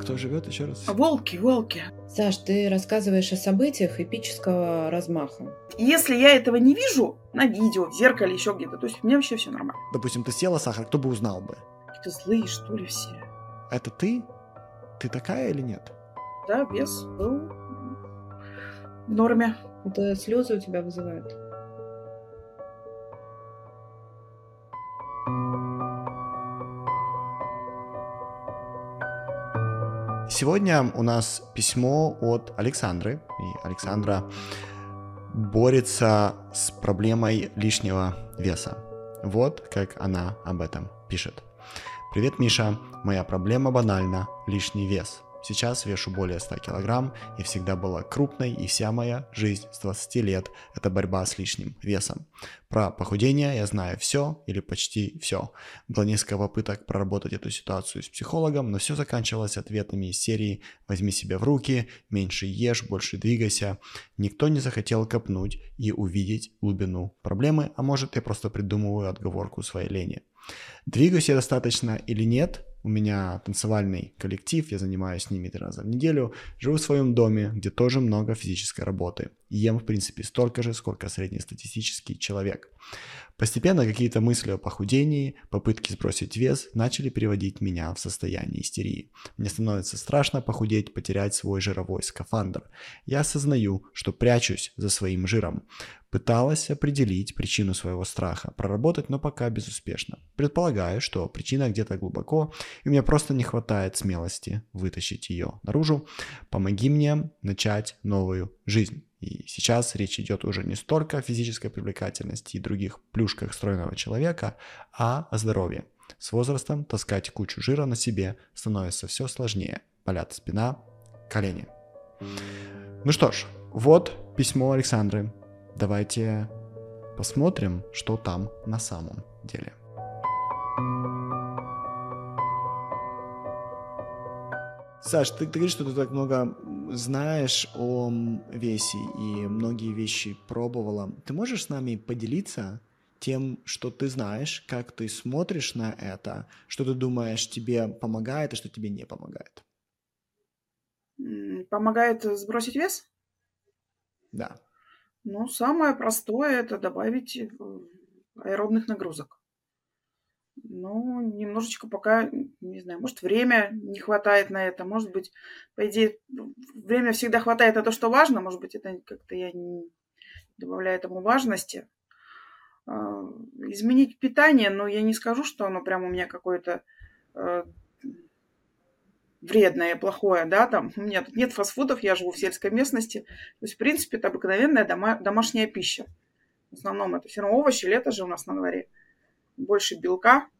кто живет, еще раз? Волки, волки. Саш, ты рассказываешь о событиях эпического размаха. Если я этого не вижу на видео, в зеркале, еще где-то, то есть у меня вообще все нормально. Допустим, ты съела сахар, кто бы узнал бы? Какие-то злые, что ли, все. Это ты? Ты такая или нет? Да, вес был в норме. Это слезы у тебя вызывают? Сегодня у нас письмо от Александры. И Александра борется с проблемой лишнего веса. Вот как она об этом пишет. Привет, Миша. Моя проблема банальна – лишний вес. Сейчас вешу более 100 килограмм и всегда была крупной, и вся моя жизнь с 20 лет – это борьба с лишним весом. Про похудение я знаю все или почти все. Было несколько попыток проработать эту ситуацию с психологом, но все заканчивалось ответами из серии «возьми себя в руки», «меньше ешь, больше двигайся». Никто не захотел копнуть и увидеть глубину проблемы, а может, я просто придумываю отговорку своей лени. Двигаюсь я достаточно или нет? У меня танцевальный коллектив, я занимаюсь с ними 3 раза в неделю, живу в своем доме, где тоже много физической работы. Ем, в принципе, столько же, сколько среднестатистический человек. Постепенно какие-то мысли о похудении, попытки сбросить вес начали приводить меня в состояние истерии. Мне становится страшно похудеть, потерять свой жировой скафандр. Я осознаю, что прячусь за своим жиром. Пыталась определить причину своего страха, проработать, но пока безуспешно. Предполагаю, что причина где-то глубоко, и мне просто не хватает смелости вытащить ее наружу. Помоги мне начать новую жизнь. И сейчас речь идет уже не столько о физической привлекательности и других плюшках стройного человека, а о здоровье. С возрастом таскать кучу жира на себе становится все сложнее. Болят спина, колени. Ну что ж, вот письмо Александры. Давайте посмотрим, что там на самом деле. Саш, ты говоришь, что ты так много знаешь о весе и многие вещи пробовала. Ты можешь с нами поделиться тем, что ты знаешь, как ты смотришь на это, что ты думаешь тебе помогает, а что тебе не помогает? Помогает сбросить вес? Да. Ну, самое простое – это добавить аэробных нагрузок. Ну, немножечко пока, не знаю, может, время не хватает на это, может быть, по идее, время всегда хватает на то, что важно, может быть, это как-то я не добавляю этому важности. Изменить питание, но я не скажу, что оно прям у меня какое-то вредное, плохое, да, там, у меня тут нет фастфудов, я живу в сельской местности, то есть, в принципе, это обыкновенная домашняя пища. В основном это все равно овощи, лето же у нас на дворе. Больше белка.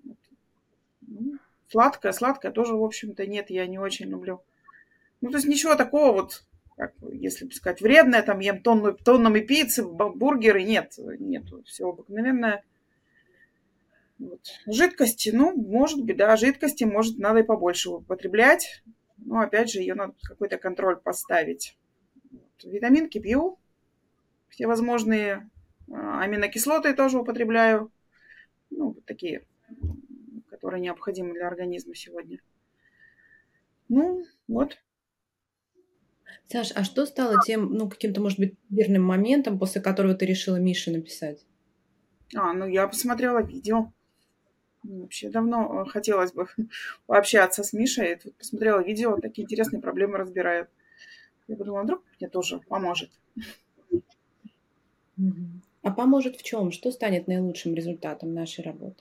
Сладкое тоже, в общем-то, нет, я не очень люблю. Ну, то есть ничего такого вот, как, если бы сказать, вредное, там ем тоннами пиццы, бургеры, нет, все обыкновенное. Вот. Жидкости, ну, может быть, да, жидкости, может, надо и побольше употреблять, но, опять же, ее надо какой-то контроль поставить. Вот. Витаминки пью, все возможные аминокислоты тоже употребляю, ну, такие, которые необходимы для организма сегодня. Ну, вот. Саш, а что стало тем, каким-то, может быть, верным моментом, после которого ты решила Мише написать? Ну, я посмотрела видео. Вообще давно хотелось бы пообщаться с Мишей. Тут посмотрела видео, такие интересные проблемы разбирают. Я подумала, вдруг мне тоже поможет. А поможет в чем? Что станет наилучшим результатом нашей работы?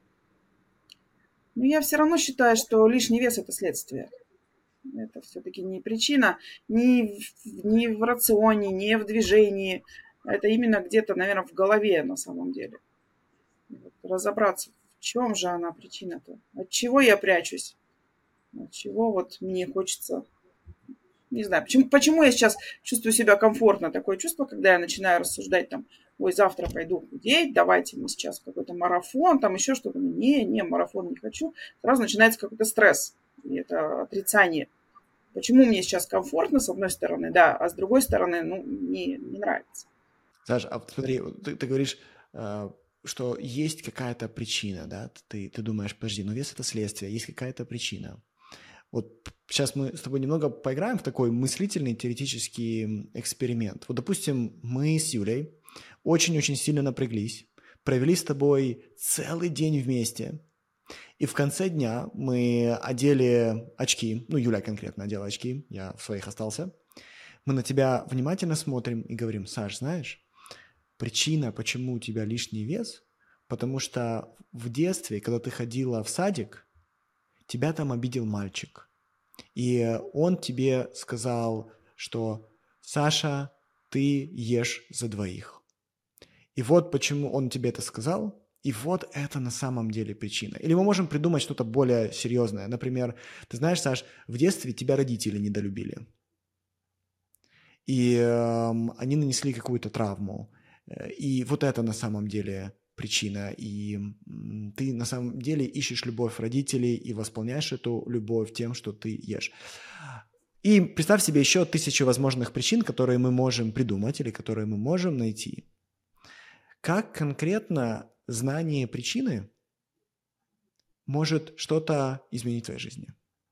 Ну, я все равно считаю, что лишний вес – это следствие. Это все-таки не причина ни в рационе, ни в движении. Это именно где-то, наверное, в голове на самом деле. Вот разобраться, в чем же она причина-то. От чего я прячусь? От чего вот мне хочется... Не знаю, почему я сейчас чувствую себя комфортно. Такое чувство, когда я начинаю рассуждать там, ой, завтра пойду худеть, давайте мы сейчас в какой-то марафон, там еще что-то. Не, марафон не хочу. Сразу начинается какой-то стресс. И это отрицание. Почему мне сейчас комфортно, с одной стороны, да, а с другой стороны, не нравится. Саша, а смотри, ты говоришь, что есть какая-то причина, да? Ты думаешь, подожди, вес – это следствие, есть какая-то причина. Вот сейчас мы с тобой немного поиграем в такой мыслительный теоретический эксперимент. Вот, допустим, мы с Юлей очень-очень сильно напряглись, провели с тобой целый день вместе, и в конце дня мы одели очки, ну, Юля конкретно одела очки, я в своих остался. Мы на тебя внимательно смотрим и говорим: Саш, знаешь, причина, почему у тебя лишний вес, потому что в детстве, когда ты ходила в садик, тебя там обидел мальчик. И он тебе сказал, что Саша, ты ешь за двоих. И вот почему он тебе это сказал, и вот это на самом деле причина. Или мы можем придумать что-то более серьезное. Например, ты знаешь, Саш, в детстве тебя родители недолюбили. И они нанесли какую-то травму. И вот это на самом деле причина. И ты на самом деле ищешь любовь родителей и восполняешь эту любовь тем, что ты ешь. И представь себе еще 1000 возможных причин, которые мы можем придумать или которые мы можем найти. Как конкретно знание причины может что-то изменить в твоей жизни?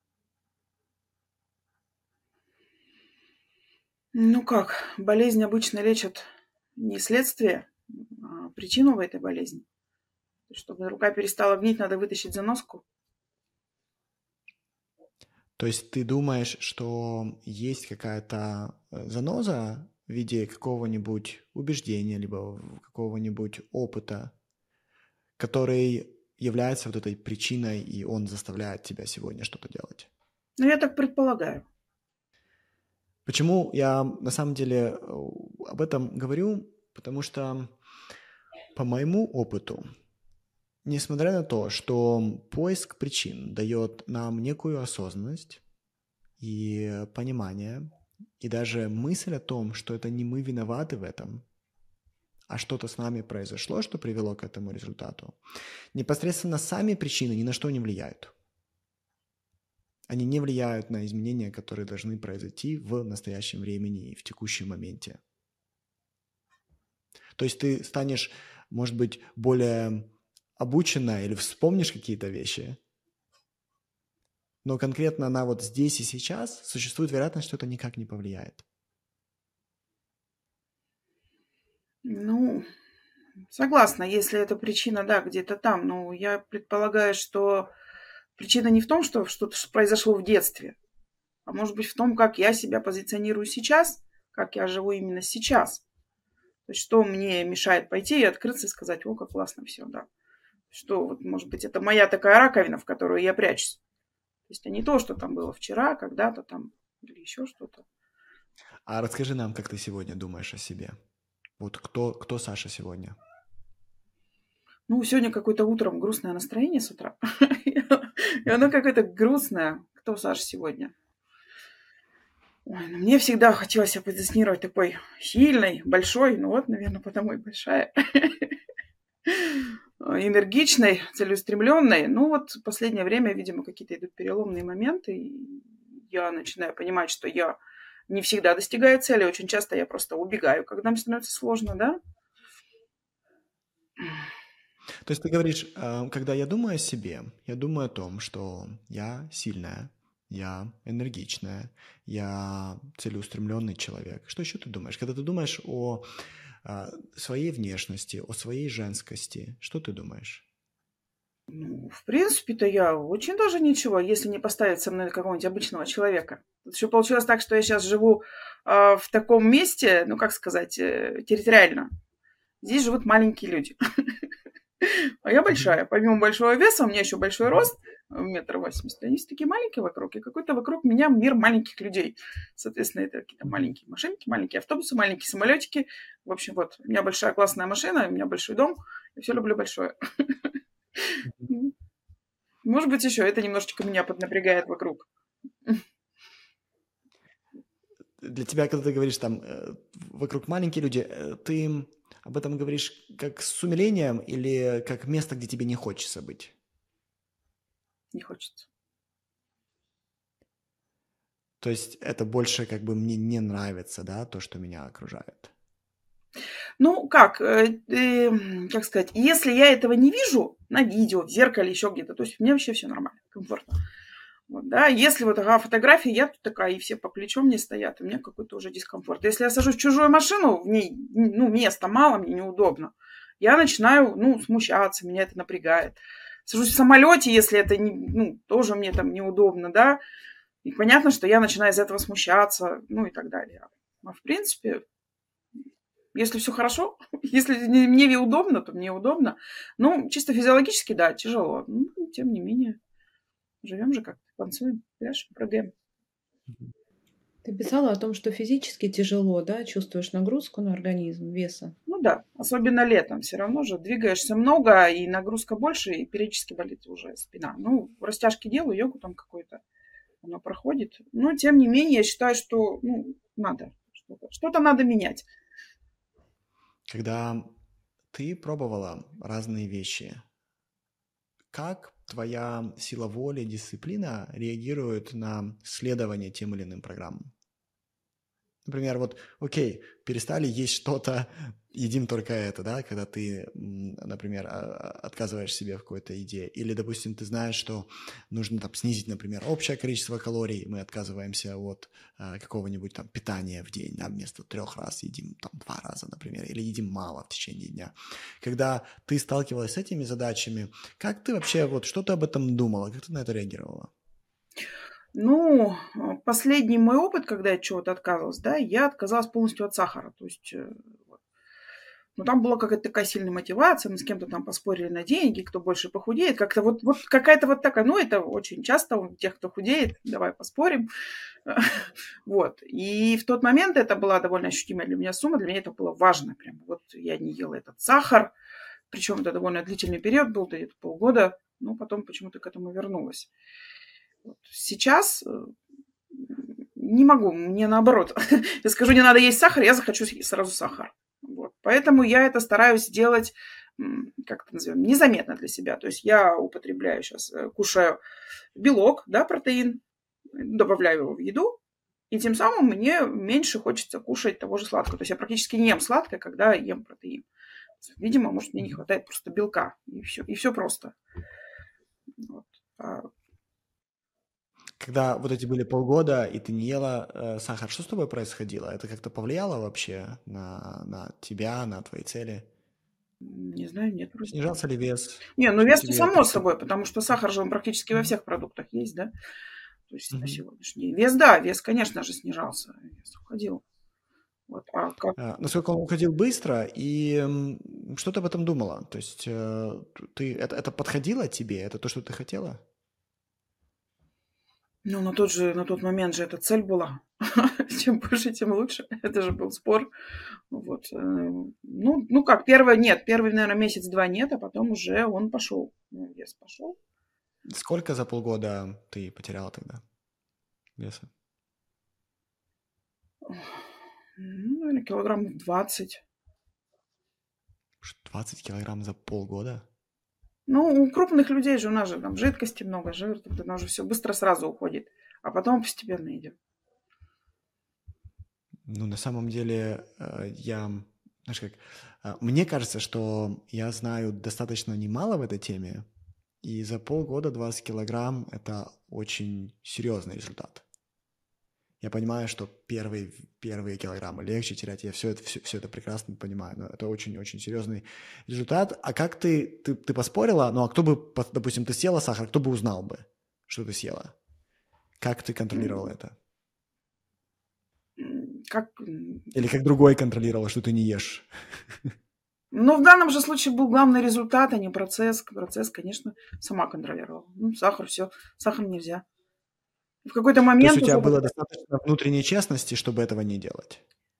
Ну как, болезнь обычно лечат не следствие, а причину в этой болезни. Чтобы рука перестала гнить, надо вытащить заноску. То есть ты думаешь, что есть какая-то заноза в виде какого-нибудь убеждения, либо какого-нибудь опыта, который является вот этой причиной, и он заставляет тебя сегодня что-то делать? Ну, я так предполагаю. Почему я на самом деле об этом говорю? Потому что по моему опыту, несмотря на то, что поиск причин дает нам некую осознанность и понимание, и даже мысль о том, что это не мы виноваты в этом, а что-то с нами произошло, что привело к этому результату, непосредственно сами причины ни на что не влияют. Они не влияют на изменения, которые должны произойти в настоящем времени и в текущем моменте. То есть ты станешь, может быть, более обучена или вспомнишь какие-то вещи, но конкретно на вот здесь и сейчас существует вероятность, что это никак не повлияет. Ну, согласна, если эта причина, да, где-то там. Но я предполагаю, что причина не в том, что что-то произошло в детстве, а может быть в том, как я себя позиционирую сейчас, как я живу именно сейчас. То есть что мне мешает пойти и открыться и сказать: о, как классно все, да. Что вот, может быть, это моя такая раковина, в которую я прячусь. То есть, а не то, что там было вчера, когда-то там или еще что-то. А расскажи нам, как ты сегодня думаешь о себе. Вот кто Саша сегодня? Ну, сегодня какое-то утром грустное настроение с утра. И оно какое-то грустное. Кто Саша сегодня? Ой, ну мне всегда хотелось себя позиционировать такой сильной, большой. Ну вот, наверное, потому и большая. Энергичной, целеустремленной. Ну вот в последнее время, видимо, какие-то идут переломные моменты. И я начинаю понимать, что я не всегда достигаю цели. Очень часто я просто убегаю, когда мне становится сложно, да? То есть ты говоришь, когда я думаю о себе, я думаю о том, что я сильная, я энергичная, я целеустремленный человек. Что еще ты думаешь? Когда ты думаешь о своей внешности, о своей женскости, что ты думаешь? Ну, в принципе-то я очень даже ничего, если не поставить со мной какого-нибудь обычного человека. Тут еще получилось так, что я сейчас живу в таком месте, ну, как сказать, территориально. Здесь живут маленькие люди. А я большая. Помимо большого веса, у меня еще большой рост, 1,80 м. Они все такие маленькие вокруг. И какой-то вокруг меня мир маленьких людей. Соответственно, это какие-то маленькие машинки, маленькие автобусы, маленькие самолетики. В общем, вот, у меня большая классная машина, у меня большой дом. Я все люблю большое. Может быть, еще это немножечко меня поднапрягает вокруг. Для тебя, когда ты говоришь там вокруг маленькие люди, ты об этом говоришь как с умилением или как место, где тебе не хочется быть? Не хочется. То есть это больше как бы мне не нравится, да, то, что меня окружает. Ну, как сказать, если я этого не вижу на видео, в зеркале, еще где-то, то есть у меня вообще все нормально, комфортно. Вот, да, если вот фотографии, я тут такая, и все по плечом мне стоят, у меня какой-то уже дискомфорт. Если я сажусь в чужую машину, в ней, места мало, мне неудобно, я начинаю, смущаться, меня это напрягает. Сажусь в самолете, если это, тоже мне там неудобно, да, и понятно, что я начинаю из этого смущаться, и так далее. А в принципе, если все хорошо, если мне удобно, то мне удобно. Чисто физиологически, да, тяжело. Тем не менее, живем же как-то, танцуем, пляшем, прыгаем. Ты писала о том, что физически тяжело, да, чувствуешь нагрузку на организм, веса. Да, особенно летом все равно же двигаешься много, и нагрузка больше, и периодически болит уже спина. Растяжки делаю, йогу там какой-то, оно проходит. Но, тем не менее, я считаю, что, надо что-то надо менять. Когда ты пробовала разные вещи, как твоя сила воли, дисциплина реагирует на следование тем или иным программам? Например, окей, перестали есть что-то, едим только это, да, когда ты, например, отказываешь себе в какой-то еде. Или, допустим, ты знаешь, что нужно там снизить, например, общее количество калорий, мы отказываемся от какого-нибудь там питания в день, да, вместо 3 раз едим там 2 раза, например, или едим мало в течение дня. Когда ты сталкивалась с этими задачами, как ты вообще, что ты об этом думала, как ты на это реагировала? Последний мой опыт, когда я от чего-то отказывалась, да, я отказалась полностью от сахара. То есть, там была какая-то такая сильная мотивация, мы с кем-то там поспорили на деньги, кто больше похудеет. Как-то какая-то такая, это очень часто у тех, кто худеет, давай поспорим. И в тот момент это была довольно ощутимая для меня сумма, для меня это было важно. Прям я не ела этот сахар, причем это довольно длительный период был, где-то полгода, но потом почему-то к этому вернулась. Сейчас не могу, мне наоборот. Я скажу, не надо есть сахар, я захочу сразу сахар. Поэтому я это стараюсь делать, как это назовем, незаметно для себя. То есть я употребляю сейчас, кушаю белок, да, протеин, добавляю его в еду, и тем самым мне меньше хочется кушать того же сладкого. То есть я практически не ем сладкое, когда ем протеин. Видимо, может, мне не хватает просто белка, и все просто. Когда эти были полгода, и ты не ела сахар, что с тобой происходило? Это как-то повлияло вообще на тебя, на твои цели? Не знаю, нет. Снижался ли вес? Вес само собой, потому что сахар же он практически во всех продуктах есть, да? То есть на сегодняшний вес, да, вес, конечно же, снижался, вес уходил. Насколько он уходил быстро, и что ты об этом думала? То есть это подходило тебе? Это то, что ты хотела? На тот момент же эта цель была. Чем больше, тем лучше. Это же был спор. Первый, наверное, месяц-два нет, а потом уже он пошел. Вес пошел. Сколько за полгода ты потеряла тогда веса? Наверное, килограммов 20. 20 килограмм за полгода? У крупных людей же у нас же там жидкости много, жир, тогда оно же все быстро сразу уходит, а потом постепенно идет. На самом деле, мне кажется, что я знаю достаточно немало в этой теме, и за полгода 20 килограмм – это очень серьезный результат. Я понимаю, что первые килограммы легче терять, я все это прекрасно понимаю, но это очень-очень серьезный результат. А как ты поспорила? А кто бы, допустим, ты съела сахар, кто бы узнал бы, что ты съела? Как ты контролировала это? Или как другой контролировал, что ты не ешь? В данном же случае был главный результат, а не процесс. Процесс, конечно, сама контролировала. Сахар, все, сахар нельзя. В какой-то момент... То есть у тебя было достаточно внутренней честности, чтобы этого не делать?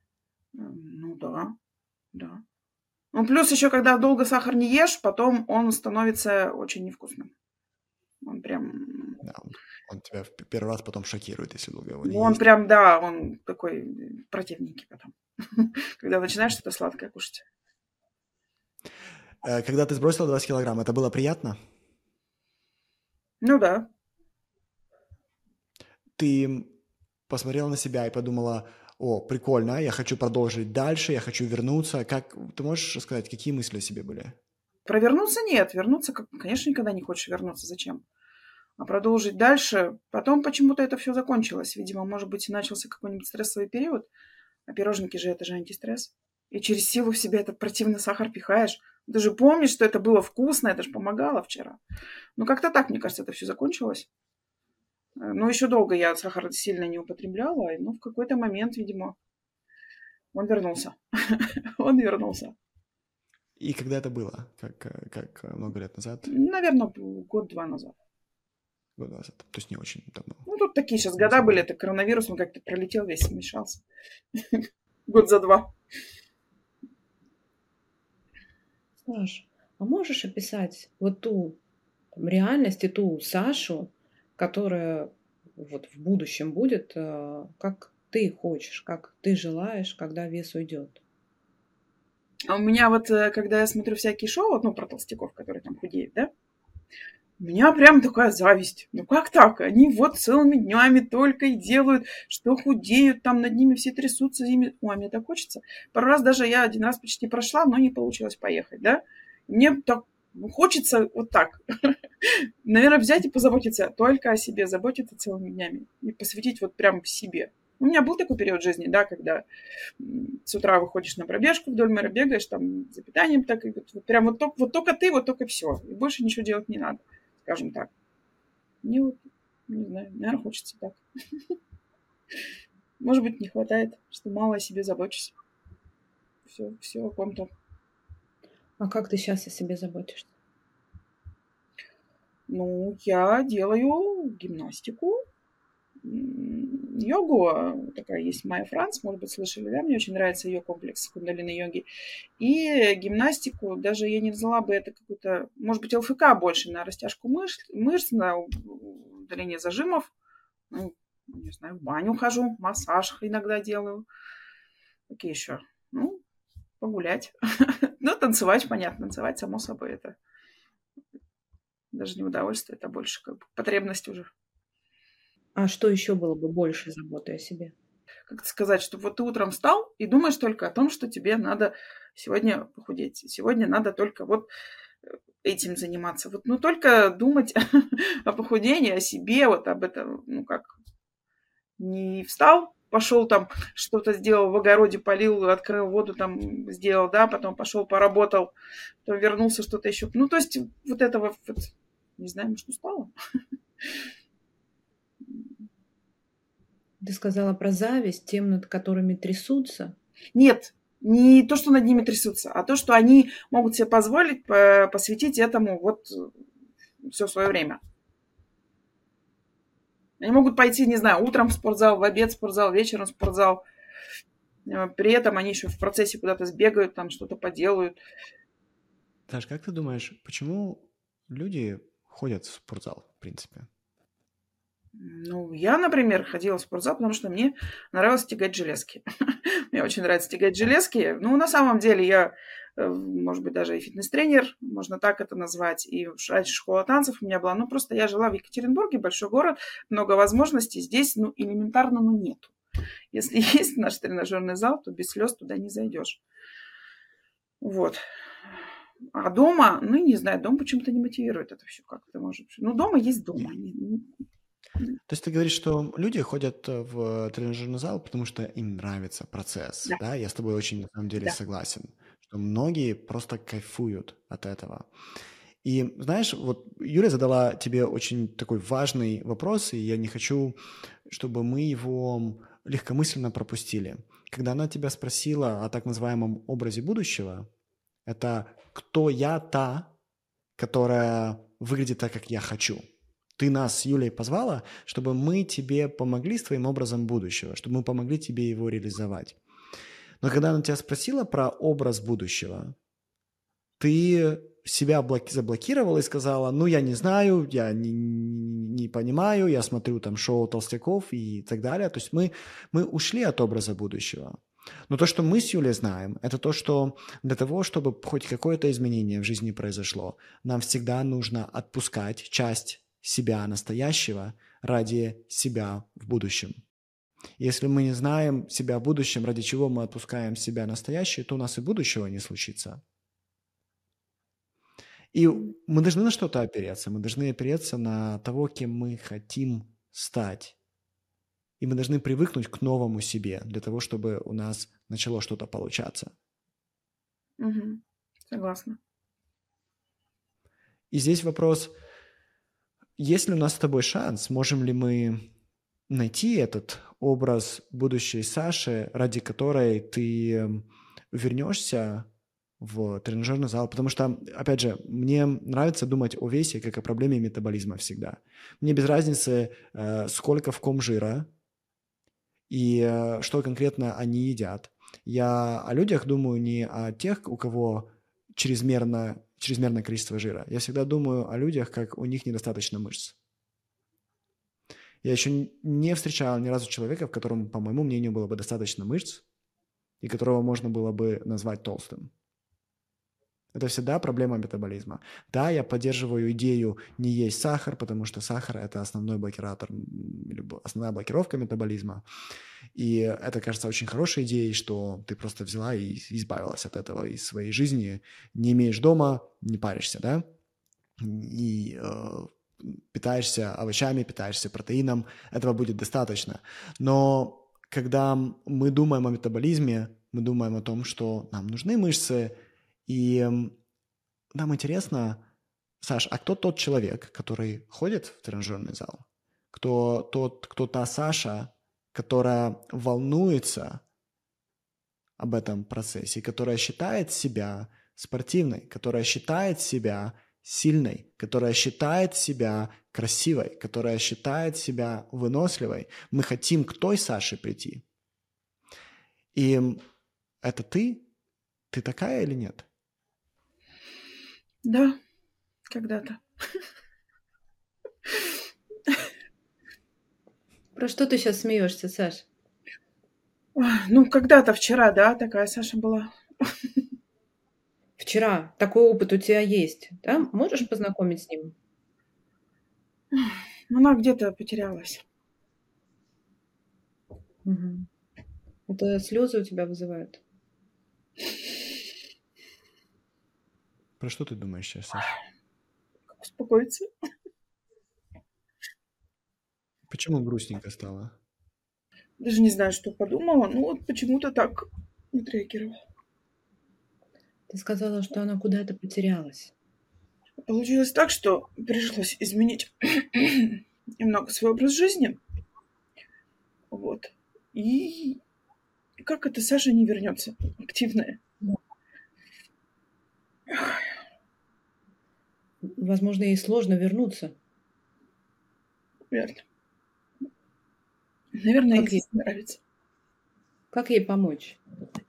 Да. Плюс еще, когда долго сахар не ешь, потом он становится очень невкусным. Он прям... Да, он тебя в первый раз потом шокирует, если долго его не есть. Он прям, да, он такой противненький потом, когда начинаешь что-то сладкое кушать. Когда ты сбросила 20 килограмм, это было приятно? Да. Ты посмотрела на себя и подумала: о, прикольно, я хочу продолжить дальше, я хочу вернуться. Ты можешь сказать, какие мысли о себе были? Про вернуться нет. Вернуться, конечно, никогда не хочешь вернуться. Зачем? А продолжить дальше, потом почему-то это все закончилось. Видимо, может быть, начался какой-нибудь стрессовый период, а пироженки же это же антистресс. И через силу в себя этот противный сахар пихаешь. Ты же помнишь, что это было вкусно, это же помогало вчера. Ну, как-то так, мне кажется, это все закончилось. Ну, еще долго я сахар сильно не употребляла, но в какой-то момент, видимо, он вернулся. Он вернулся. И когда это было? Как много лет назад? Наверное, год-два назад. Год назад. То есть не очень давно. Ну, тут такие сейчас года были, это коронавирус, он как-то пролетел, весь смешался. Год за два. Саш, а можешь описать вот ту реальность и ту Сашу, которая вот в будущем будет, как ты хочешь, как ты желаешь, когда вес уйдет? А у меня вот, когда я смотрю всякие шоу, ну, про толстяков, которые там худеют, да, у меня прям такая зависть. Ну как так? Они вот целыми днями только и делают, что худеют, там над ними все трясутся. Ими... Ой, мне так хочется. Пару раз даже я один раз почти прошла, но не получилось поехать, да. Мне так хочется вот так. Наверное, взять и позаботиться только о себе, заботиться целыми днями и посвятить вот прям себе. У меня был такой период жизни, да, когда с утра выходишь на пробежку вдоль моря, бегаешь там за питанием, так и вот прям вот только ты, вот только все. И больше ничего делать не надо, скажем так. Мне вот, не знаю, наверное, хочется так. Может быть, не хватает, что мало о себе забочусь. Все о ком-то. А как ты сейчас о себе заботишься? Ну, я делаю гимнастику, йогу, такая есть Майя Франц, может быть, слышали, да, мне очень нравится ее комплекс кундалини-йоги. И гимнастику, даже я не назвала бы это какой-то, может быть, ЛФК больше на растяжку мышц, на удаление зажимов. Ну, не знаю, в баню хожу, массаж иногда делаю. Какие еще? Ну, погулять. Ну, танцевать, понятно, танцевать, само собой, это даже не удовольствие, это больше как бы потребность уже. А что еще было бы больше заботы о себе? Как сказать, что вот ты утром встал и думаешь только о том, что тебе надо сегодня похудеть. Сегодня надо только вот этим заниматься. Вот, ну, только думать о похудении, о себе, вот об этом, ну, как не встал, пошел там, что-то сделал в огороде, полил, открыл воду, там сделал, да, потом пошел, поработал, потом вернулся, что-то еще. Ну, то есть вот этого, вот, не знаю, может, устала. Ты сказала про зависть тем, над которыми трясутся. Нет, не то, что над ними трясутся, а то, что они могут себе позволить посвятить этому вот все свое время. Они могут пойти, не знаю, утром в спортзал, в обед в спортзал, вечером в спортзал. При этом они еще в процессе куда-то сбегают, там что-то поделают. Саш, как ты думаешь, почему люди ходят в спортзал, в принципе? Ну, я, например, ходила в спортзал, потому что мне нравилось тягать железки. Мне очень нравится тягать железки. Ну, на самом деле, я, может быть, даже и фитнес-тренер, можно так это назвать. И раньше школа танцев у меня была. Ну, просто я жила в Екатеринбурге, большой город, много возможностей. Здесь, ну, элементарно, ну, нету. Если есть наш тренажерный зал, то без слез туда не зайдешь. Вот. А дома, ну, не знаю, дом почему-то не мотивирует это все как-то, может. Ну, дома есть дома. То есть ты говоришь, что люди ходят в тренажерный зал, потому что им нравится процесс, Да. да? Я с тобой очень, на самом деле, Да. согласен, что многие просто кайфуют от этого. И знаешь, вот Юля задала тебе очень такой важный вопрос, и я не хочу, чтобы мы его легкомысленно пропустили. Когда она тебя спросила о так называемом образе будущего, это кто я та, которая выглядит так, как я хочу. Ты нас с Юлей позвала, чтобы мы тебе помогли с твоим образом будущего, чтобы мы помогли тебе его реализовать. Но когда она тебя спросила про образ будущего, ты себя заблокировала и сказала, ну, я не знаю, я не понимаю, я смотрю там шоу толстяков и так далее. То есть мы ушли от образа будущего. Но то, что мы с Юлей знаем, это то, что для того, чтобы хоть какое-то изменение в жизни произошло, нам всегда нужно отпускать часть себя настоящего ради себя в будущем. Если мы не знаем себя в будущем, ради чего мы отпускаем себя настоящее, то у нас и будущего не случится. И мы должны на что-то опереться. Мы должны опереться на того, кем мы хотим стать. И мы должны привыкнуть к новому себе для того, чтобы у нас начало что-то получаться. Мгм. Согласна. И здесь вопрос, есть ли у нас с тобой шанс, можем ли мы найти этот образ будущей Саши, ради которой ты вернешься в тренажерный зал, потому что, опять же, мне нравится думать о весе как о проблеме метаболизма всегда. Мне без разницы, сколько в ком жира и что конкретно они едят. Я о людях думаю не о тех, у кого чрезмерное количество жира. Я всегда думаю о людях, как у них недостаточно мышц. Я еще не встречал ни разу человека, в котором, по моему мнению, было бы достаточно мышц, и которого можно было бы назвать толстым. Это всегда проблема метаболизма. Да, я поддерживаю идею не есть сахар, потому что сахар – это основной блокиратор, основная блокировка метаболизма. И это кажется очень хорошей идеей, что ты просто взяла и избавилась от этого из своей жизни. Не имеешь дома, не паришься, да? И питаешься овощами, питаешься протеином, этого будет достаточно. Но когда мы думаем о метаболизме, мы думаем о том, что нам нужны мышцы, и нам интересно, Саш, а кто тот человек, который ходит в тренажерный зал? Кто та Саша, которая волнуется об этом процессе, которая считает себя спортивной, которая считает себя сильной, которая считает себя красивой, которая считает себя выносливой. Мы хотим к той Саше прийти. И это ты? Ты такая или нет? Да, когда-то. Про что ты сейчас смеешься, Саш? Ну, когда-то вчера, да, такая Саша была. Вчера такой опыт у тебя есть, да? Можешь познакомить с ним? Она где-то потерялась. Угу. Это слезы у тебя вызывают? Про что ты думаешь сейчас, Саша? Как успокоиться? Почему грустненько стало? Даже не знаю, что подумала. Ну, вот почему-то так отреагировала. Ты сказала, что она куда-то потерялась. Получилось так, что пришлось изменить немного свой образ жизни. Вот. И как это Саша не вернется активная? Возможно, ей сложно вернуться. Верно. Наверное, Как ей ей, нравится. как ей помочь?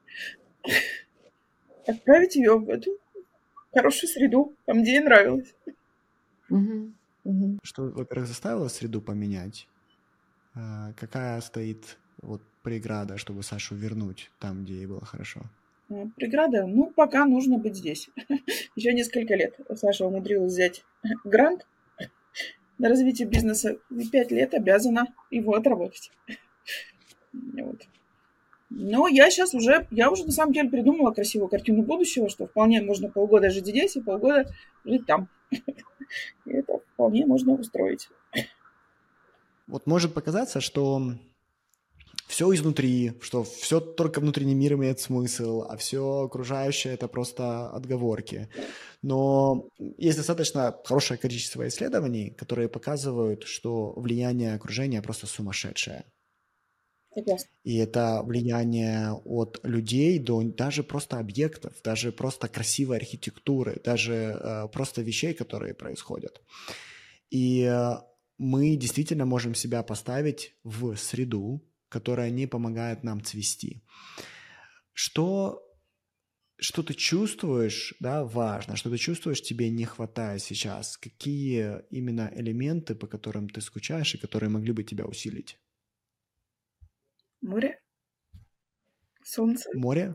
Отправить ее в эту хорошую среду, там, где ей нравилось. Угу. Угу. Что, во-первых, заставило среду поменять? Какая стоит вот преграда, чтобы Сашу вернуть там, где ей было хорошо? Преграда? Ну, пока нужно быть здесь. Еще несколько лет Саша умудрилась взять грант на развитие бизнеса. И 5 лет обязана его отработать. Вот. Но я уже на самом деле придумала красивую картину будущего, что вполне можно полгода жить здесь и полгода жить там. И это вполне можно устроить. Вот может показаться, что все изнутри, что все только внутренний мир имеет смысл, а все окружающее – это просто отговорки. Но есть достаточно хорошее количество исследований, которые показывают, что влияние окружения просто сумасшедшее. Согласна. И это влияние от людей до даже просто объектов, даже просто красивой архитектуры, даже просто вещей, которые происходят. И мы действительно можем себя поставить в среду, которая не помогает нам цвести. Что ты чувствуешь, да, важно, что ты чувствуешь, тебе не хватает сейчас? Какие именно элементы, по которым ты скучаешь и которые могли бы тебя усилить? Море, солнце. Море?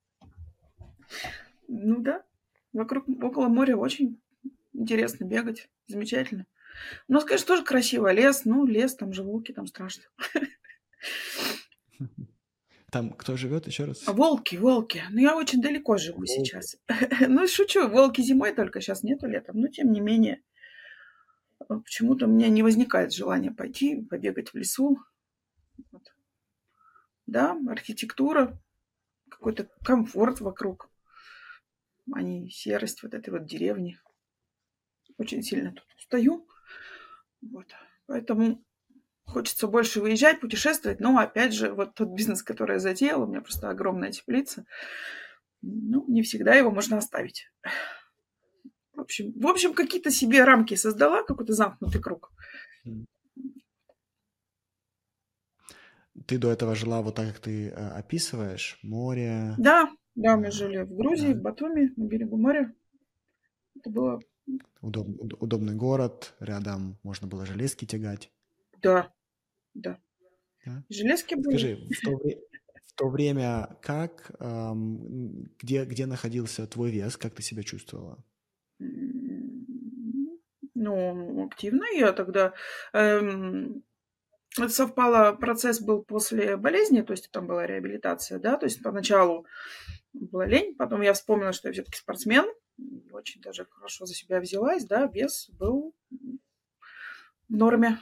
Ну да, около моря очень интересно бегать, замечательно. У нас, конечно, тоже красиво. Лес, там же волки, там страшно. Там кто живет еще раз? Волки, волки. Ну, я очень далеко живу Волки. сейчас. Ну, шучу, волки зимой только, сейчас нету летом. Но, тем не менее, почему-то у меня не возникает желания пойти, побегать в лесу. Вот. Да, архитектура, какой-то комфорт вокруг, а не серость вот этой вот деревни. Очень сильно тут устаю. Вот. Поэтому хочется больше выезжать, путешествовать. Но, опять же, вот тот бизнес, который я затеяла, у меня просто огромная теплица. Ну, не всегда его можно оставить. В общем, какие-то себе рамки создала, какой-то замкнутый круг. Ты до этого жила вот так, как ты описываешь, море? Да, мы жили в Грузии, Да. в Батуми, на берегу моря. Это было... Удобный город, рядом можно было железки тягать. Да. Да? Железки были. Скажи, в то время как, где находился твой вес, как ты себя чувствовала? Ну, активно я тогда... Это совпало, процесс был после болезни, то есть там была реабилитация, да, то есть поначалу была лень, потом я вспомнила, что я все-таки спортсмен, очень даже хорошо за себя взялась, да, вес был в норме.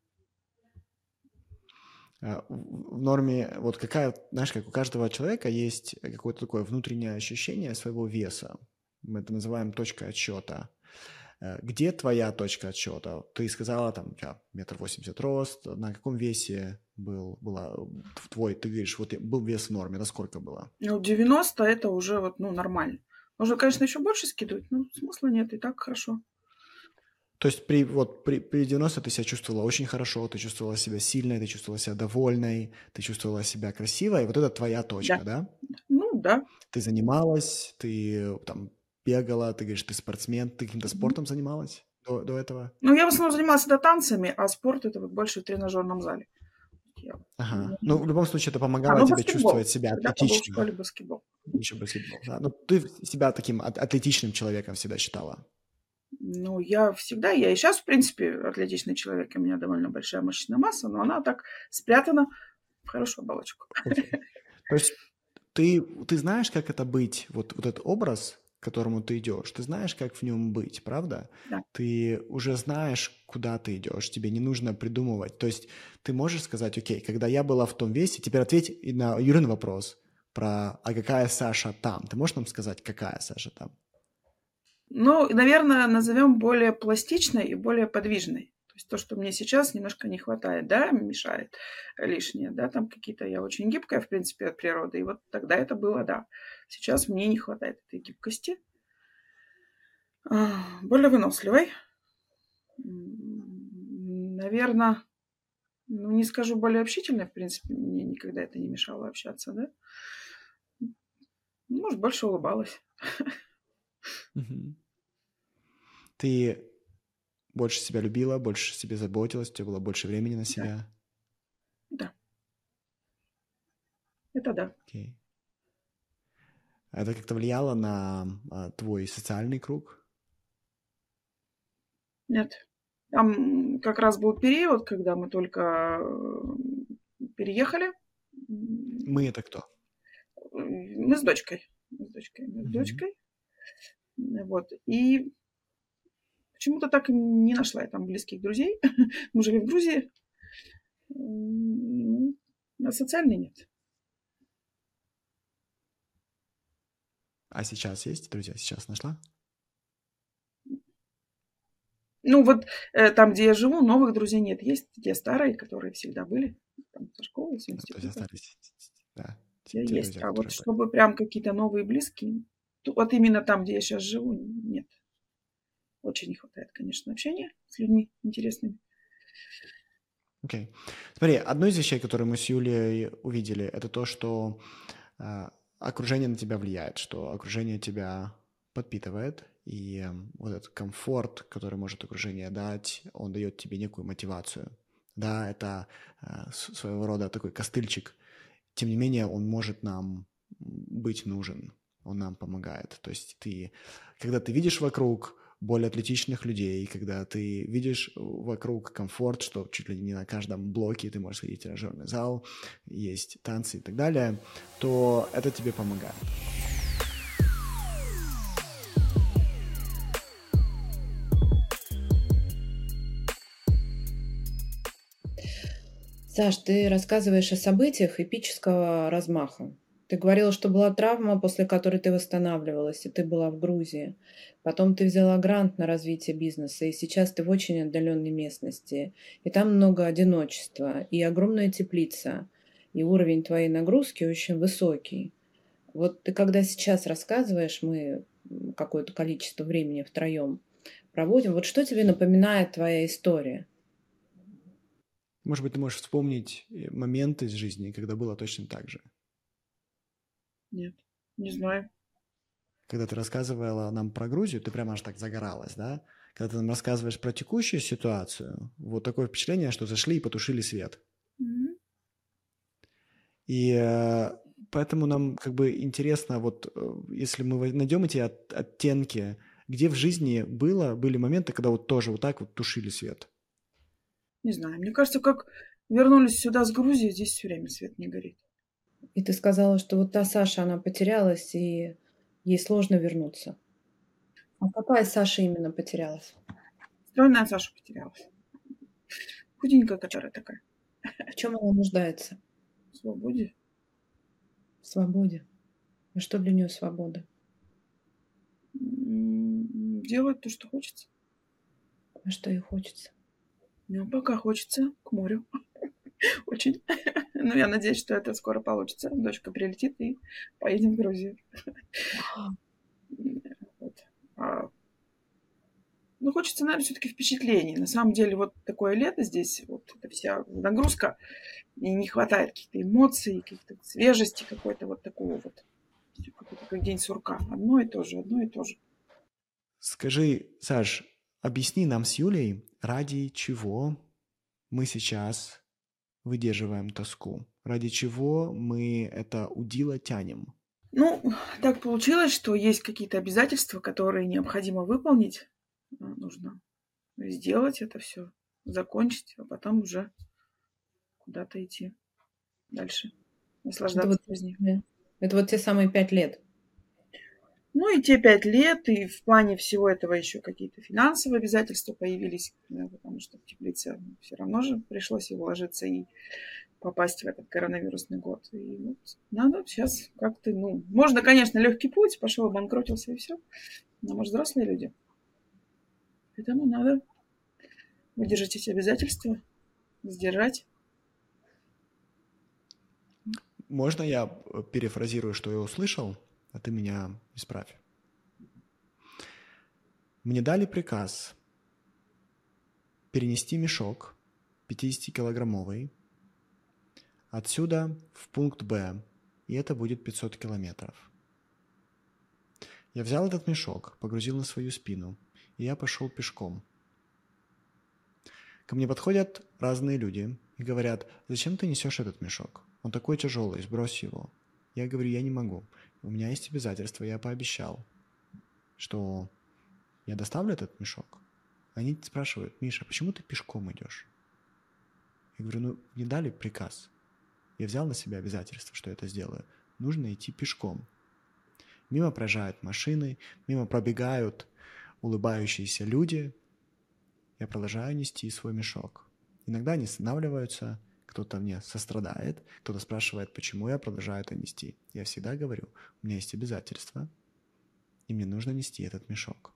В норме, вот какая, знаешь, как у каждого человека есть какое-то такое внутреннее ощущение своего веса. Мы это называем точкой отсчета. Где твоя точка отсчета? Ты сказала, там, у тебя 1,80 м рост. На каком весе была твой, ты говоришь, вот был вес в норме, на сколько было? Ну, 90 это уже вот, ну, нормально. Можно, конечно, еще больше скидывать, но смысла нет, и так хорошо. То есть при 90 ты себя чувствовала очень хорошо, ты чувствовала себя сильной, ты чувствовала себя довольной, ты чувствовала себя красивой. Вот это твоя точка, да? Ну, да. Ты занималась, ты там бегала, ты говоришь, ты спортсмен, ты каким-то спортом занималась до этого? Ну, я в основном занималась всегда танцами, а спорт это вот больше в тренажерном зале. Ага. Ну, в любом случае, это помогало тебе чувствовать себя Когда-то был в атлетично. школе баскетбол. Еще баскетбол, да. Ну, ты себя таким атлетичным человеком всегда считала. Ну, я и сейчас, в принципе, атлетичный человек. У меня довольно большая мышечная масса, но она так спрятана в хорошую оболочку. То есть ты знаешь, как это быть, вот этот образ, к которому ты идешь, ты знаешь, как в нем быть, правда? Да. Ты уже знаешь, куда ты идешь, тебе не нужно придумывать. То есть ты можешь сказать, окей, когда я была в том весе, теперь ответь на Юрин вопрос про, а какая Саша там? Ты можешь нам сказать, какая Саша там? Ну, наверное, назовем более пластичной и более подвижной. То есть то, что мне сейчас немножко не хватает, да, мешает лишнее, да, там какие-то, я очень гибкая, в принципе, от природы, и вот тогда это было, да. Сейчас мне не хватает этой гибкости. Более выносливой. Наверное, ну, не скажу более общительной, в принципе, мне никогда это не мешало общаться, да. Может, больше улыбалась. Ты больше себя любила, больше себе заботилась, у тебя было больше времени на себя? Да. Это да. Окей. Это как-то влияло на твой социальный круг? Нет. Там как раз был период, когда мы только переехали. Мы это кто? Мы с дочкой. Вот. И почему-то так и не нашла я там близких друзей. Мы жили в Грузии. А социальной нет. А сейчас есть друзья? Сейчас нашла? Ну, вот там, где я живу, новых друзей нет. Есть те старые, которые всегда были. Там, со школы, с института. То есть остались, да. Есть. Друзья, а вот чтобы прям какие-то новые близкие, вот именно там, где я сейчас живу, нет. Очень не хватает, конечно, общения с людьми интересными. Окей. Смотри, одну из вещей, которую мы с Юлей увидели, это то, что окружение на тебя влияет, что окружение тебя подпитывает, и вот этот комфорт, который может окружение дать, он дает тебе некую мотивацию. Да, это своего рода такой костыльчик. Тем не менее, он может нам быть нужен, он нам помогает. То есть когда ты видишь вокруг более атлетичных людей, когда ты видишь вокруг комфорт, что чуть ли не на каждом блоке ты можешь ходить в тренажерный зал, есть танцы и так далее, то это тебе помогает. Саш, ты рассказываешь о событиях эпического размаха. Ты говорила, что была травма, после которой ты восстанавливалась, и ты была в Грузии. Потом ты взяла грант на развитие бизнеса, и сейчас ты в очень отдаленной местности. И там много одиночества, и огромная теплица, и уровень твоей нагрузки очень высокий. Вот ты когда сейчас рассказываешь, мы какое-то количество времени втроем проводим, вот что тебе напоминает твоя история? Может быть, ты можешь вспомнить моменты из жизни, когда было точно так же. Нет, не знаю. Когда ты рассказывала нам про Грузию, ты прямо аж так загоралась, да? Когда ты нам рассказываешь про текущую ситуацию, вот такое впечатление, что зашли и потушили свет. Мгм. И поэтому нам как бы интересно, вот если мы найдем эти оттенки, где в жизни были моменты, когда вот тоже вот так вот тушили свет. Не знаю. Мне кажется, как вернулись сюда с Грузии, здесь все время свет не горит. И ты сказала, что вот та Саша, она потерялась, и ей сложно вернуться. А какая Саша именно потерялась? Стройная Саша потерялась. Худенькая, которая такая. В чем она нуждается? В свободе. В свободе. А что для нее свобода? Делать то, что хочется. А что ей хочется? Ну, пока хочется к морю. Очень. Ну, я надеюсь, что это скоро получится. Дочка прилетит и поедем в Грузию. Вот. Ну, хочется, наверное, все-таки впечатлений. На самом деле, вот такое лето здесь, вот эта вся нагрузка, и не хватает каких-то эмоций, каких-то свежести, какой-то вот такого вот. Какой-то как день сурка. Одно и то же, одно и то же. Скажи, Саш, объясни нам с Юлей, ради чего мы сейчас выдерживаем тоску, ради чего мы это удило тянем. Ну, так получилось, что есть какие-то обязательства, которые необходимо выполнить. Нужно сделать это все, закончить, а потом уже куда-то идти дальше, наслаждаться жизнью. Это вот те самые 5 лет. Ну и те 5 лет, и в плане всего этого еще какие-то финансовые обязательства появились, да, потому что в теплице все равно же пришлось и вложиться, и попасть в этот коронавирусный год. И вот надо сейчас как-то, ну, можно, конечно, легкий путь, пошел, обанкротился и все, но мы же взрослые люди. Поэтому надо выдержать эти обязательства, сдержать. Можно я перефразирую, что я услышал, а ты меня исправь? Мне дали приказ перенести мешок 50-килограммовый отсюда в пункт Б, и это будет 500 километров. Я взял этот мешок, погрузил на свою спину, и я пошел пешком. Ко мне подходят разные люди и говорят: зачем ты несешь этот мешок? Он такой тяжелый, сбрось его. Я говорю: я не могу. У меня есть обязательства, я пообещал, что я доставлю этот мешок. Они спрашивают: Миша, почему ты пешком идешь? Я говорю: ну, мне дали приказ. Я взял на себя обязательство, что я это сделаю. Нужно идти пешком. Мимо проезжают машины, мимо пробегают улыбающиеся люди. Я продолжаю нести свой мешок. Иногда они останавливаются, кто-то мне сострадает, кто-то спрашивает, почему я продолжаю это нести. Я всегда говорю: у меня есть обязательства, и мне нужно нести этот мешок.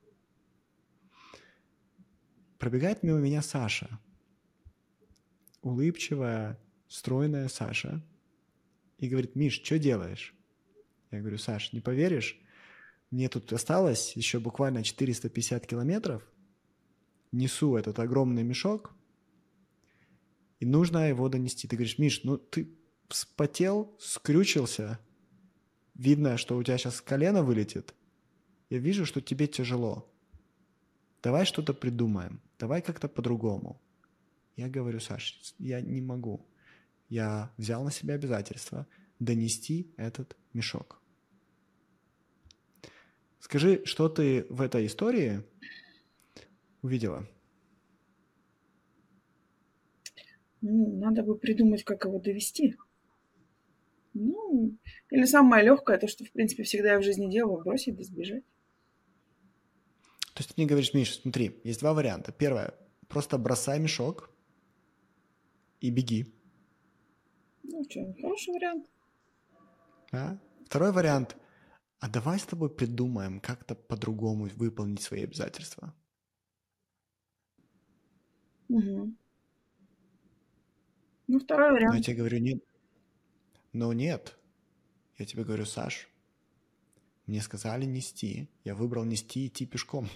Пробегает мимо меня Саша, улыбчивая, стройная Саша, и говорит: Миш, что делаешь? Я говорю: Саш, не поверишь, мне тут осталось еще буквально 450 километров, несу этот огромный мешок, и нужно его донести. Ты говоришь: Миш, ну ты вспотел, скрючился, видно, что у тебя сейчас колено вылетит. Я вижу, что тебе тяжело. Давай что-то придумаем, давай как-то по-другому. Я говорю: Саш, я не могу. Я взял на себя обязательство донести этот мешок. Скажи, что ты в этой истории увидела? Ну, надо бы придумать, как его довести. Ну, или самое легкое, то, что, в принципе, всегда я в жизни делаю, бросить да сбежать. То есть ты мне говоришь, Миш, смотри, есть два варианта. Первое, просто бросай мешок и беги. Ну, что, хороший вариант. А? Второй вариант, а давай с тобой придумаем как-то по-другому выполнить свои обязательства. Угу. Ну, второй Но я вариант. тебе говорю, нет. Но нет. Я тебе говорю, Саш, мне сказали нести. Я выбрал нести и идти пешком.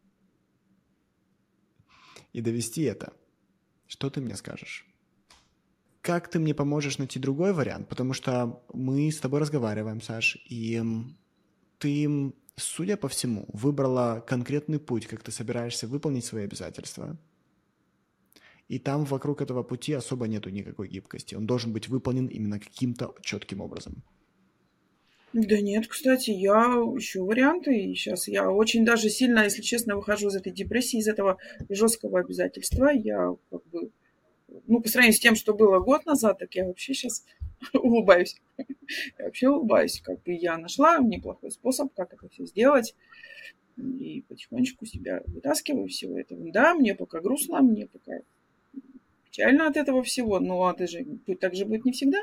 И довести это. Что ты мне скажешь? Как ты мне поможешь найти другой вариант? Потому что мы с тобой разговариваем, Саш, и ты, судя по всему, выбрала конкретный путь, как ты собираешься выполнить свои обязательства. И там вокруг этого пути особо нету никакой гибкости. Он должен быть выполнен именно каким-то четким образом. Да нет, кстати, я ищу варианты. И сейчас я очень даже сильно, если честно, выхожу из этой депрессии, из этого жесткого обязательства. Я как бы, ну, по сравнению с тем, что было год назад, так я вообще сейчас улыбаюсь. Я вообще улыбаюсь. Как бы я нашла неплохой способ, как это все сделать. И потихонечку себя вытаскиваю всего этого. Да, мне пока грустно, мне пока печально от этого всего, но это же так же будет не всегда.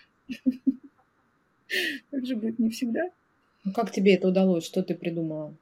Так же будет не всегда. Ну, как тебе это удалось? Что ты придумала?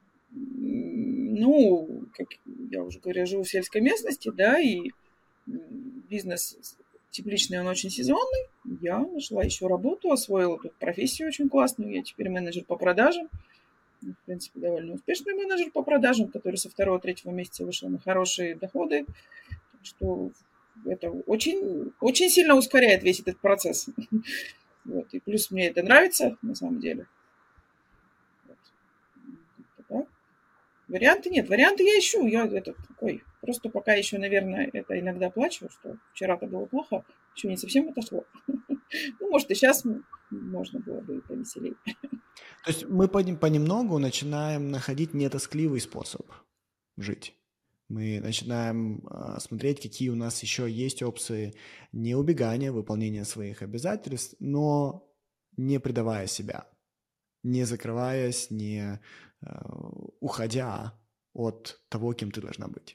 Ну, как я уже говорю, я живу в сельской местности, да, и бизнес тепличный, он очень сезонный. Я нашла еще работу, освоила тут профессию очень классную. Я теперь менеджер по продажам. В принципе, довольно успешный менеджер по продажам, который со второго-третьего месяца вышел на хорошие доходы. Так что это очень, очень сильно ускоряет весь этот процесс. Вот. И плюс мне это нравится, на самом деле. Вот. Так. Варианты нет. Варианты я ищу. Я этот такой. Просто пока еще, наверное, это иногда плачу, что вчера-то было плохо, еще не совсем отошло. Ну, может, и сейчас можно было бы и повеселее. То есть мы понемногу начинаем находить нетоскливый способ жить. Мы начинаем смотреть, какие у нас еще есть опции не убегания, выполнения своих обязательств, но не предавая себя, не закрываясь, не уходя от того, кем ты должна быть.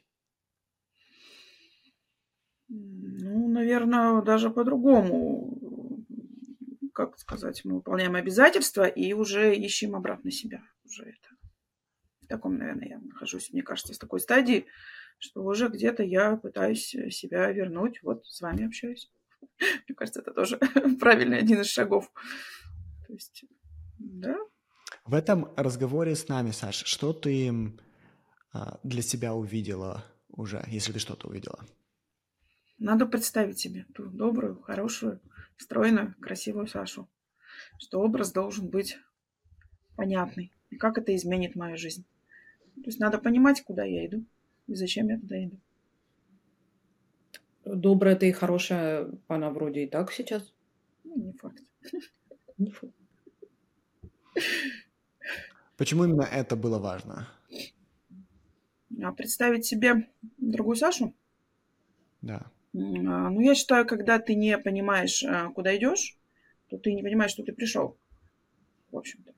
Ну, наверное, даже по-другому. Как сказать, мы выполняем обязательства и уже ищем обратно себя. Уже это. В таком, наверное, я нахожусь, мне кажется, в такой стадии, что уже где-то я пытаюсь себя вернуть. Вот с вами общаюсь. Мне кажется, это тоже правильный один из шагов. То есть, да. В этом разговоре с нами, Саша, что ты для себя увидела уже, если ты что-то увидела? Надо представить себе ту добрую, хорошую, стройную, красивую Сашу. Что образ должен быть понятный. И как это изменит мою жизнь. То есть надо понимать, куда я иду и зачем я туда иду. Добрая ты и хорошая, она вроде и так сейчас. Ну, не факт. Не факт. Почему именно это было важно? А представить себе другую Сашу? Да. Ну, я считаю, когда ты не понимаешь, куда идешь, то ты не понимаешь, что ты пришел. В общем-то.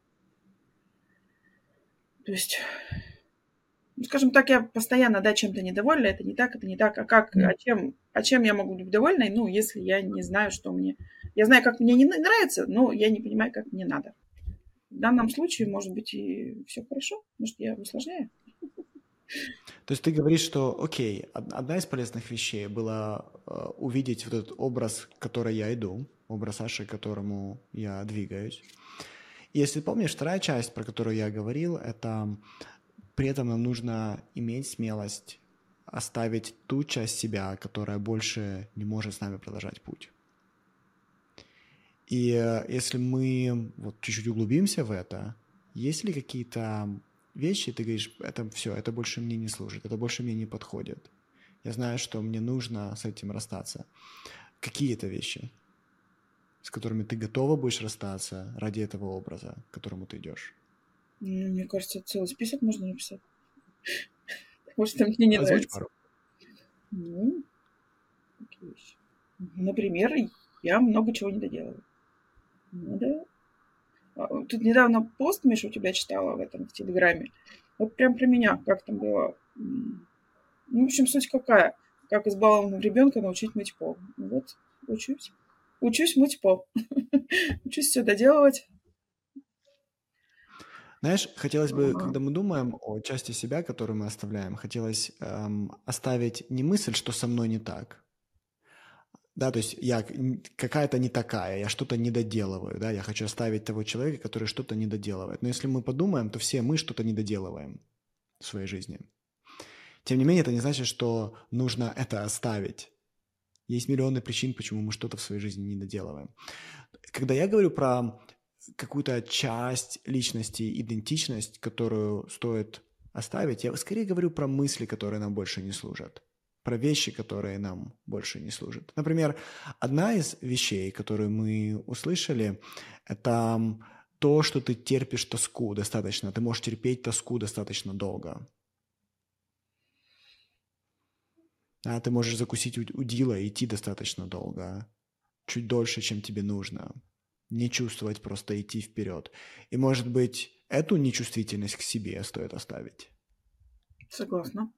То есть, ну, скажем так, я постоянно, да, чем-то недовольна, это не так, а как, чем я могу быть довольной, ну, если я не знаю, что мне... Я знаю, как мне не нравится, но я не понимаю, как мне надо. В данном случае, может быть, и все хорошо, может, я усложняю. То есть ты говоришь, что, окей, одна из полезных вещей была увидеть вот этот образ, к которому я иду, образ Саши, к которому я двигаюсь. И если помнишь, вторая часть, про которую я говорил, это при этом нам нужно иметь смелость оставить ту часть себя, которая больше не может с нами продолжать путь. И если мы вот чуть-чуть углубимся в это, есть ли какие-то вещи, ты говоришь, это все, это больше мне не служит, это больше мне не подходит. Я знаю, что мне нужно с этим расстаться. Какие это вещи, с которыми ты готова будешь расстаться ради этого образа, к которому ты идешь? Ну, мне кажется, целый список можно написать. потому что мне не Озвучь нравится. пару. Ну, какие вещи? Например, я много чего не доделываю. Надо... Тут недавно пост, Миша, у тебя читала в Телеграме. Вот прям про меня, как там было. Ну, в общем, суть какая? Как избалованного ребенка научить мыть пол. Ну вот, учусь. Учусь мыть пол. Учусь все доделывать. Знаешь, хотелось бы, когда мы думаем о части себя, которую мы оставляем, хотелось оставить не мысль, что со мной не так. Да, то есть я какая-то не такая, я что-то не доделываю, да, я хочу оставить того человека, который что-то не доделывает. Но если мы подумаем, то все мы что-то не доделываем в своей жизни. Тем не менее, это не значит, что нужно это оставить. Есть миллионы причин, почему мы что-то в своей жизни не доделываем. Когда я говорю про какую-то часть личности, идентичность, которую стоит оставить, я скорее говорю про мысли, которые нам больше не служат, про вещи, которые нам больше не служат. Например, одна из вещей, которую мы услышали, это то, что ты терпишь тоску достаточно, ты можешь терпеть тоску достаточно долго. А ты можешь закусить удила и идти достаточно долго, чуть дольше, чем тебе нужно. Не чувствовать, просто идти вперед. И, может быть, эту нечувствительность к себе стоит оставить. Согласна.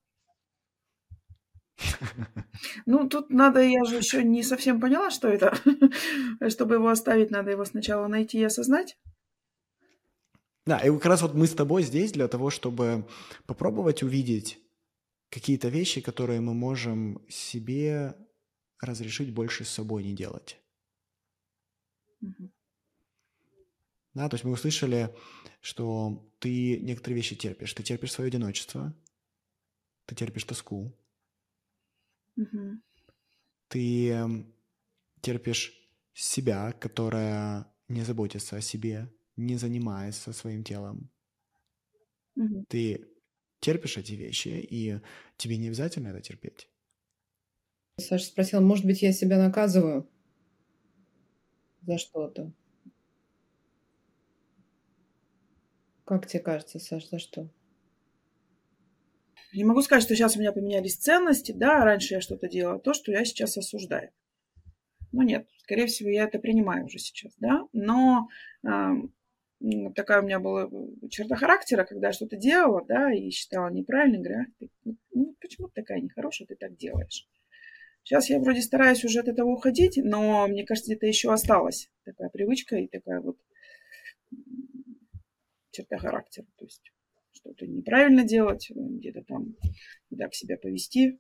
Ну, тут надо, я же еще не совсем поняла, что это. Чтобы его оставить, надо его сначала найти и осознать. Да, и как раз вот мы с тобой здесь для того, чтобы попробовать увидеть какие-то вещи, которые мы можем себе разрешить больше с собой не делать. Мгм. Да, то есть мы услышали, что ты некоторые вещи терпишь. Ты терпишь свое одиночество, ты терпишь тоску, Мгм. ты терпишь себя, которая не заботится о себе, не занимается своим телом. Мгм. Ты терпишь эти вещи, и тебе не обязательно это терпеть. Саша спросила, может быть, я себя наказываю за что-то? Как тебе кажется, Саш, за что? Не могу сказать, что сейчас у меня поменялись ценности, да, раньше я что-то делала, то, что я сейчас осуждаю. Ну нет, скорее всего, я это принимаю уже сейчас, да, но такая у меня была черта характера, когда я что-то делала, да, и считала неправильно, говорю, почему ты такая нехорошая, ты так делаешь. Сейчас я вроде стараюсь уже от этого уходить, но мне кажется, где-то еще осталась такая привычка и такая вот черта характера. То есть что-то неправильно делать, где-то там не так себя повести.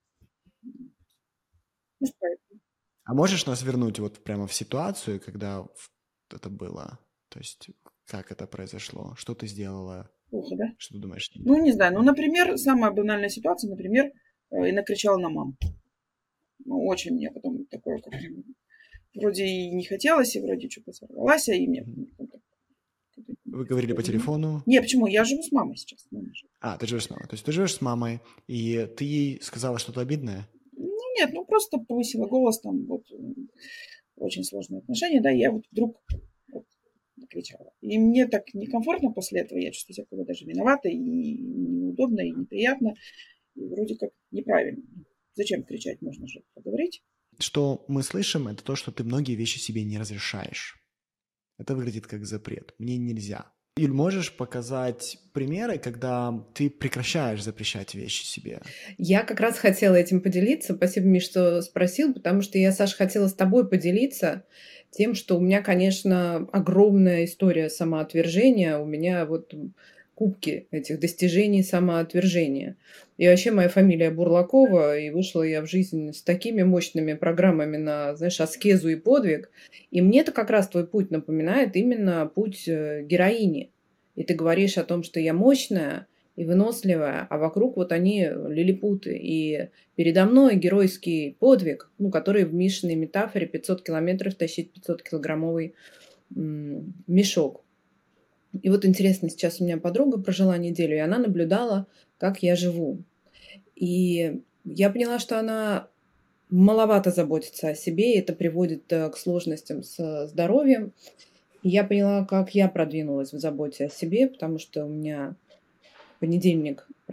Ну, А можешь нас вернуть вот прямо в ситуацию, когда это было? То есть как это произошло? Что ты сделала? плохо, да? Что ты думаешь? Ну, не знаю. Ну, например, самая банальная ситуация, например, и накричала на маму. Ну, очень мне потом такое, как вроде и не хотелось, и вроде что-то сорвалась, и мне... Вы говорили по телефону? Не, почему? Я живу с мамой сейчас. А, ты живешь с мамой. То есть ты живешь с мамой, и ты ей сказала что-то обидное? Ну, нет, ну просто повысила голос, там вот очень сложные отношения, да, и я вот вдруг вот, накричала. И мне так некомфортно после этого, я чувствую себя как-то даже виновата, и неудобно, и неприятно, и вроде как неправильно. Зачем кричать, можно же поговорить. Что мы слышим, это то, что ты многие вещи себе не разрешаешь. Это выглядит как запрет. Мне нельзя. Юль, можешь показать примеры, когда ты прекращаешь запрещать вещи себе? Я как раз хотела этим поделиться. Спасибо, Миш, что спросил, потому что я, Саша, хотела с тобой поделиться тем, что у меня, конечно, огромная история самоотвержения. У меня вот кубки этих достижений самоотвержения. И вообще моя фамилия Бурлакова, и вышла я в жизнь с такими мощными программами на, знаешь, аскезу и подвиг. И мне это как раз твой путь напоминает именно путь героини. И ты говоришь о том, что я мощная и выносливая, а вокруг вот они лилипуты. И передо мной геройский подвиг, ну, который в Мишиной метафоре 500 километров тащить 500-килограммовый мешок. И вот интересно, сейчас у меня подруга прожила неделю, и она наблюдала, как я живу. И я поняла, что она маловато заботится о себе, и это приводит к сложностям с здоровьем. И я поняла, как я продвинулась в заботе о себе, потому что у меня в понедельник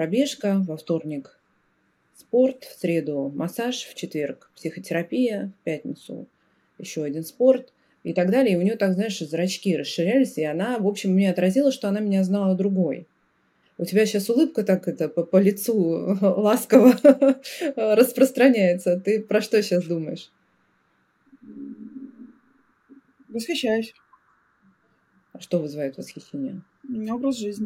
пробежка, во вторник спорт, в среду массаж, в четверг психотерапия, в пятницу еще один спорт и так далее. И у нее так, знаешь, зрачки расширялись, и она, в общем, мне отразила, что она меня знала другой. У тебя сейчас улыбка так по лицу ласково распространяется. Ты про что сейчас думаешь? Восхищаюсь. А что вызывает восхищение? Образ жизни.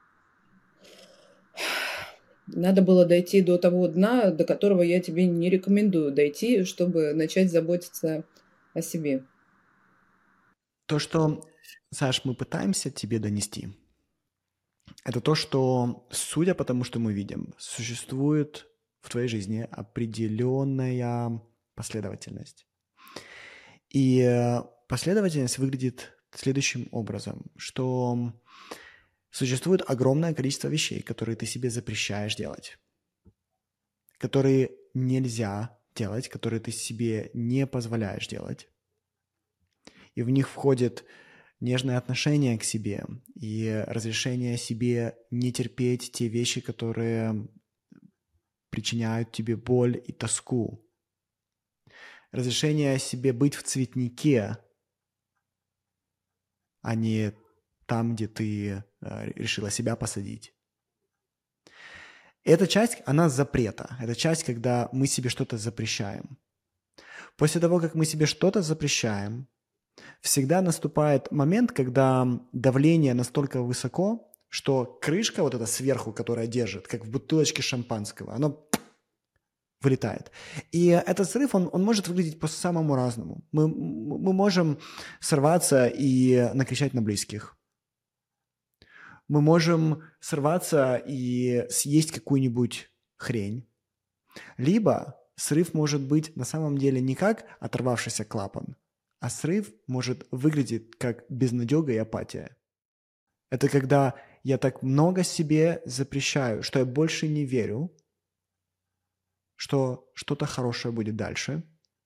Надо было дойти до того дна, до которого я тебе не рекомендую дойти, чтобы начать заботиться о себе. То, что, Саш, мы пытаемся тебе донести, это то, что, судя по тому, что мы видим, существует в твоей жизни определенная последовательность. И последовательность выглядит следующим образом, что существует огромное количество вещей, которые ты себе запрещаешь делать, которые нельзя делать, которые ты себе не позволяешь делать. И в них входит нежное отношение к себе и разрешение себе не терпеть те вещи, которые причиняют тебе боль и тоску. Разрешение себе быть в цветнике, а не там, где ты решила себя посадить. Эта часть, она запрета. Это часть, когда мы себе что-то запрещаем. После того, как мы себе что-то запрещаем, всегда наступает момент, когда давление настолько высоко, что крышка вот эта сверху, которая держит, как в бутылочке шампанского, оно вылетает. И этот срыв, он может выглядеть по-самому разному. Мы можем сорваться и накричать на близких. Мы можем сорваться и съесть какую-нибудь хрень. Либо срыв может быть на самом деле не как оторвавшийся клапан, а срыв может выглядеть как безнадега и апатия. Это когда я так много себе запрещаю, что я больше не верю, что что-то хорошее будет дальше.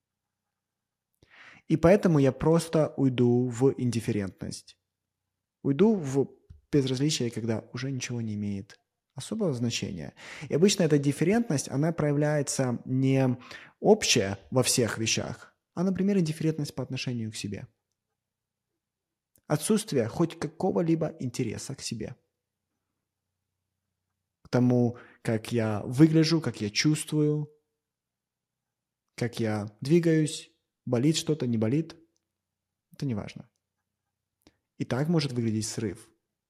И поэтому я просто уйду в индифферентность. Уйду в безразличие, когда уже ничего не имеет особого значения. И обычно эта дифферентность, она проявляется не общая во всех вещах, а, например, индифферентность по отношению к себе. Отсутствие хоть какого-либо интереса к себе. К тому, как я выгляжу, как я чувствую, как я двигаюсь, болит что-то, не болит. Это не важно. И так может выглядеть срыв.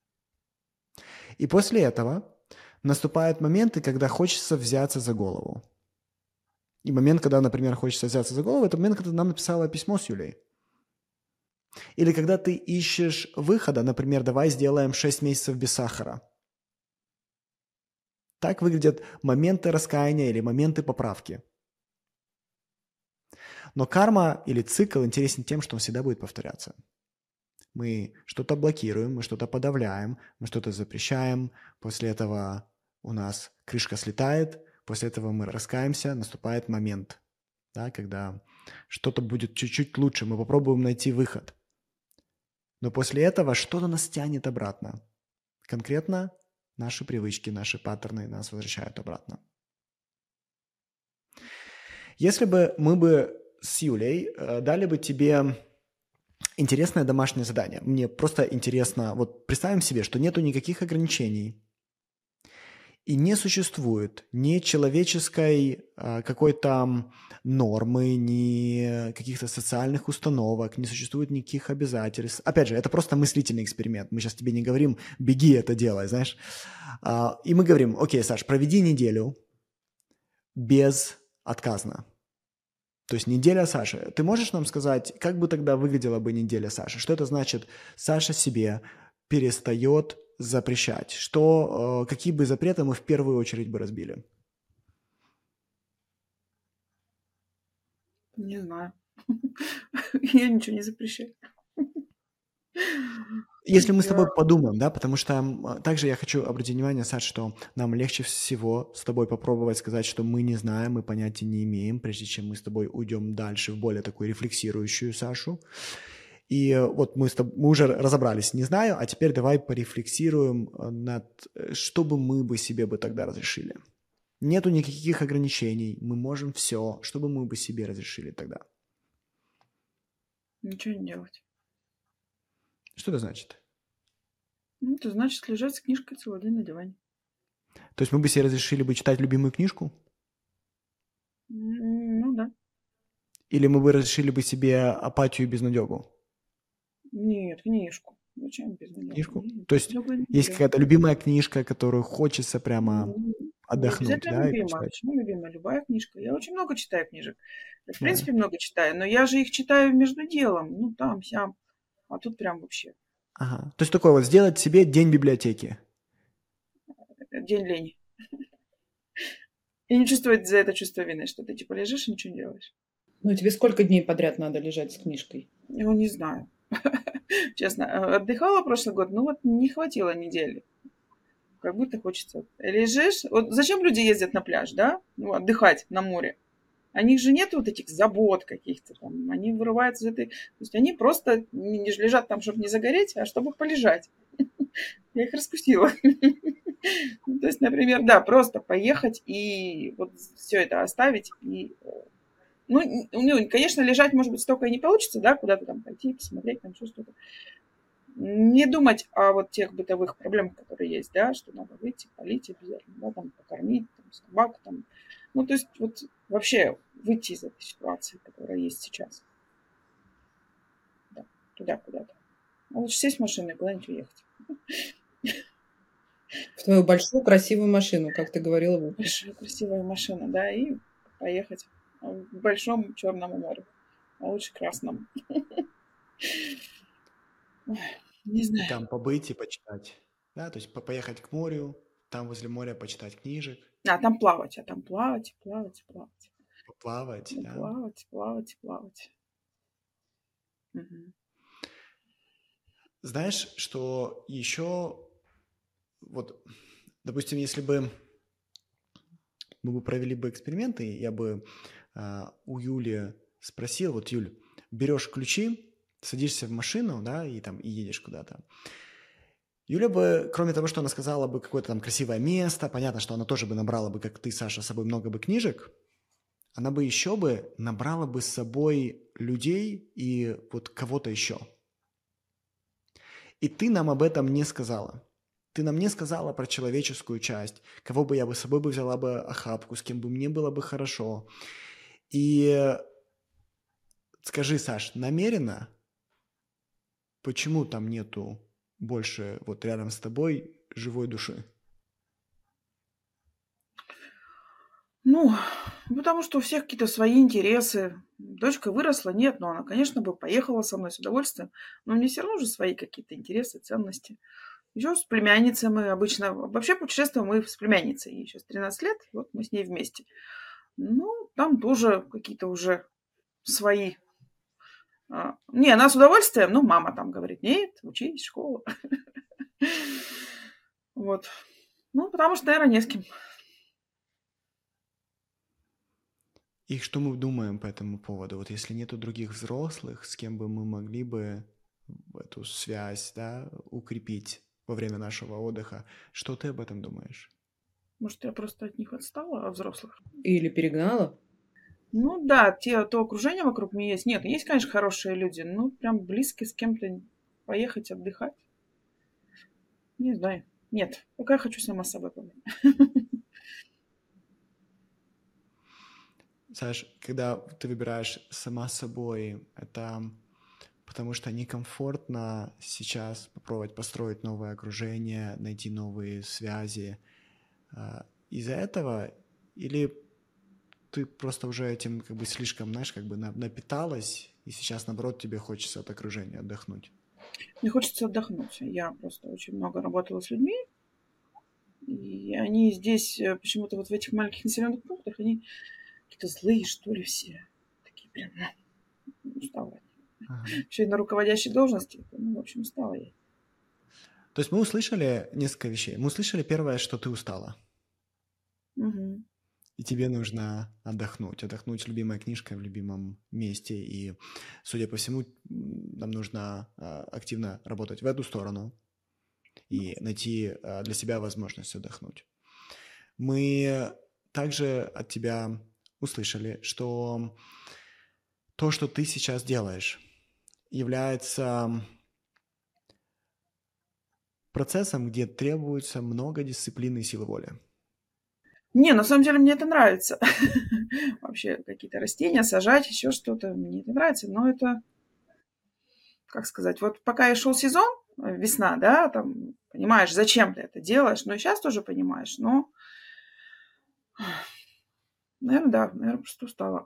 И после этого наступают моменты, когда хочется взяться за голову. И момент, когда, например, хочется взяться за голову, это момент, когда ты нам написала письмо с Юлей. Или когда ты ищешь выхода, например, давай сделаем 6 месяцев без сахара. Так выглядят моменты раскаяния или моменты поправки. Но карма или цикл интересен тем, что он всегда будет повторяться. Мы что-то блокируем, мы что-то подавляем, мы что-то запрещаем. После этого у нас крышка слетает, после этого мы раскаемся, наступает момент, да, когда что-то будет чуть-чуть лучше, мы попробуем найти выход. Но после этого что-то нас тянет обратно. Конкретно наши привычки, наши паттерны нас возвращают обратно. Если бы мы бы с Юлей дали бы тебе интересное домашнее задание. Мне просто интересно, вот представим себе, что нету никаких ограничений и не существует ни человеческой какой-то нормы, ни каких-то социальных установок, не существует никаких обязательств. Опять же, это просто мыслительный эксперимент. Мы сейчас тебе не говорим, беги это делай, знаешь. И мы говорим, окей, Саш, проведи неделю безотказно. То есть неделя Саши. Ты можешь нам сказать, как бы тогда выглядела бы неделя Саши? Что это значит? Саша себе перестает запрещать. Какие бы запреты мы в первую очередь бы разбили? Не знаю. Я ничего не запрещаю. Если мы с тобой подумаем, да, потому что также я хочу обратить внимание, Саш, что нам легче всего с тобой попробовать сказать, что мы не знаем, мы понятия не имеем, прежде чем мы с тобой уйдем дальше в более такую рефлексирующую Сашу. И вот мы уже разобрались, не знаю, а теперь давай порефлексируем над, что бы мы бы себе бы тогда разрешили. Нету никаких ограничений, мы можем все. Что бы мы бы себе разрешили тогда? Ничего не делать. Что это значит? Ну, это значит лежать с книжкой целый день на диване. То есть мы бы себе разрешили бы читать любимую книжку? Ну да. Или мы бы разрешили бы себе апатию и безнадегу? Нет, книжку. Зачем без меня? Книжку? Нет, То есть безнадёга не есть люблю. какая-то любимая книжка, которую хочется прямо Не отдохнуть, обязательно да, и любимая. почитать? Почему любимая? Любая книжка. Я очень много читаю книжек. Я, в Да. принципе, много читаю, но я же их читаю между делом. Ну, там, сям. А тут прям вообще Ага. То есть такое вот сделать себе день библиотеки. день лени. И не чувствовать за это чувство вины, что ты типа лежишь и ничего не делаешь. Ну, тебе сколько дней подряд надо лежать с книжкой? Я не знаю. Честно, отдыхала прошлый год, ну вот не хватило недели. Как будто хочется. Лежишь. Вот зачем люди ездят на пляж, да? Ну, отдыхать на море. У них же нет вот этих забот каких-то там. Они вырываются из этой... То есть они просто не лежат там, чтобы не загореть, а чтобы полежать. Я их раскусила. То есть, например, да, просто поехать и вот все это оставить. И, ну, конечно, лежать, может быть, столько и не получится, да, куда-то там пойти, посмотреть, там что-то. Не думать о вот тех бытовых проблемах, которые есть, да, что надо выйти, полить обязательно, да, там, покормить, там, собак, там. Ну, то есть, вот вообще выйти из этой ситуации, которая есть сейчас. Да, туда куда-то. А лучше сесть в машину и куда-нибудь уехать. В твою большую красивую машину, как ты говорила в утре. Большая красивая машина, да, и поехать в большом Черном морю, а лучше красному. Не И знаю. там побыть и почитать. Да, то есть поехать к морю, там возле моря почитать книжек, А там плавать, плавать. поплавать, Ну, да. плавать. Мгм. Знаешь, что еще, вот, допустим, если бы мы бы провели бы эксперименты, я бы у Юли спросил, вот, Юль, берешь ключи, садишься в машину, да, и там и едешь куда-то. Юля бы, кроме того, что она сказала бы какое-то там красивое место, понятно, что она тоже бы набрала бы, как ты, Саша, с собой много бы книжек, она бы еще бы набрала бы с собой людей и вот кого-то еще. И ты нам об этом не сказала. Ты нам не сказала про человеческую часть, кого бы я бы с собой бы взяла бы охапку, с кем бы мне было бы хорошо. И скажи, Саш, намеренно, почему там нету больше вот рядом с тобой живой души? Ну, потому что у всех какие-то свои интересы. Дочка выросла, нет, но она, конечно, бы поехала со мной с удовольствием. Но у нее все равно же свои какие-то интересы, ценности. Еще с племянницей мы обычно... Вообще путешествуем мы с племянницей. Ей сейчас 13 лет, вот мы с ней вместе. Ну, там тоже какие-то уже свои... Не, она с удовольствием, но мама там говорит, нет, учись, школа. Вот. Ну, потому что, наверное, не с кем. И что мы думаем по этому поводу? Вот если нету других взрослых, с кем бы мы могли бы эту связь, да, укрепить во время нашего отдыха, что ты об этом думаешь? Может, я просто от них отстала, от взрослых? Или перегнала? Ну да, то окружение вокруг меня есть. Нет, есть, конечно, хорошие люди, но прям близко с кем-то поехать отдыхать. Не знаю. Нет, пока я хочу сама с собой побыть. Саш, когда ты выбираешь сама с собой, это потому что некомфортно сейчас попробовать построить новое окружение, найти новые связи. Из-за этого или ты просто уже этим как бы слишком, знаешь, как бы напиталась, и сейчас, наоборот, тебе хочется от окружения отдохнуть? Мне хочется отдохнуть. Я просто очень много работала с людьми, и они здесь почему-то вот в этих маленьких населенных пунктах, они какие-то злые, что ли, все. Такие прям, устала. Ага. Еще и на руководящей должности. Ну, в общем, устала я. То есть мы услышали несколько вещей. Мы услышали первое, что ты устала. Угу. И тебе нужно отдохнуть. Отдохнуть любимой книжкой в любимом месте. И, судя по всему, нам нужно активно работать в эту сторону и найти для себя возможность отдохнуть. Мы также от тебя услышали, что то, что ты сейчас делаешь, является процессом, где требуется много дисциплины и силы воли. Не, на самом деле мне это нравится. Вообще какие-то растения сажать, еще что-то. Мне это нравится, но это, как сказать, вот пока и шел сезон, весна, да, там, понимаешь, зачем ты это делаешь, но и сейчас тоже понимаешь, но, наверное, да, наверное, просто устала.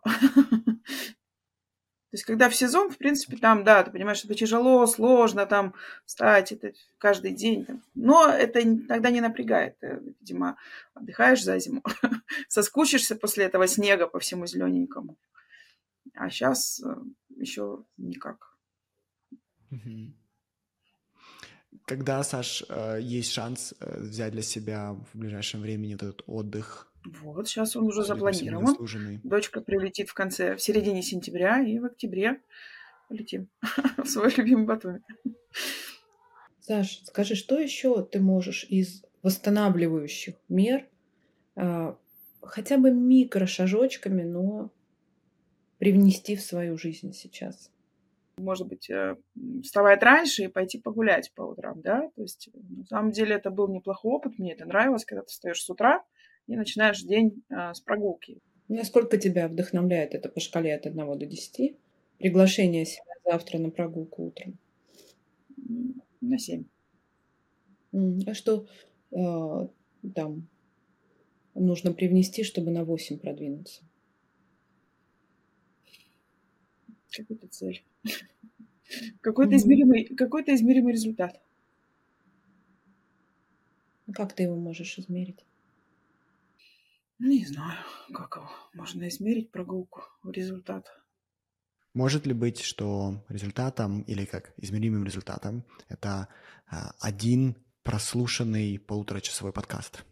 То есть, когда в сезон, в принципе, там, да, ты понимаешь, что это тяжело, сложно, там, встать это каждый день. Там. Но это тогда не напрягает. Ты, видимо, отдыхаешь за зиму, соскучишься после этого снега по всему зелененькому. А сейчас еще никак. Когда, Саш, есть шанс взять для себя в ближайшем времени вот этот отдых? Вот, сейчас он уже Судя по всему, запланирован. заслуженный. Дочка прилетит в середине сентября, и в октябре полетим в свой любимый Батуми. Саш, скажи, что еще ты можешь из восстанавливающих мер, хотя бы микрошажочками, но привнести в свою жизнь сейчас? Может быть, вставать раньше и пойти погулять по утрам, да? То есть, на самом деле, это был неплохой опыт, мне это нравилось, когда ты встаешь с утра и начинаешь день с прогулки. Насколько тебя вдохновляет это по шкале от 1 до 10? Приглашение себя завтра на прогулку утром. На 7. А что там нужно привнести, чтобы на 8 продвинуться? Какую-то цель. Какой-то измеримый результат. Как ты его можешь измерить? Не знаю, как его можно измерить, прогулку, результат. Может ли быть, что результатом или как измеримым результатом это один прослушанный полуторачасовой подкаст?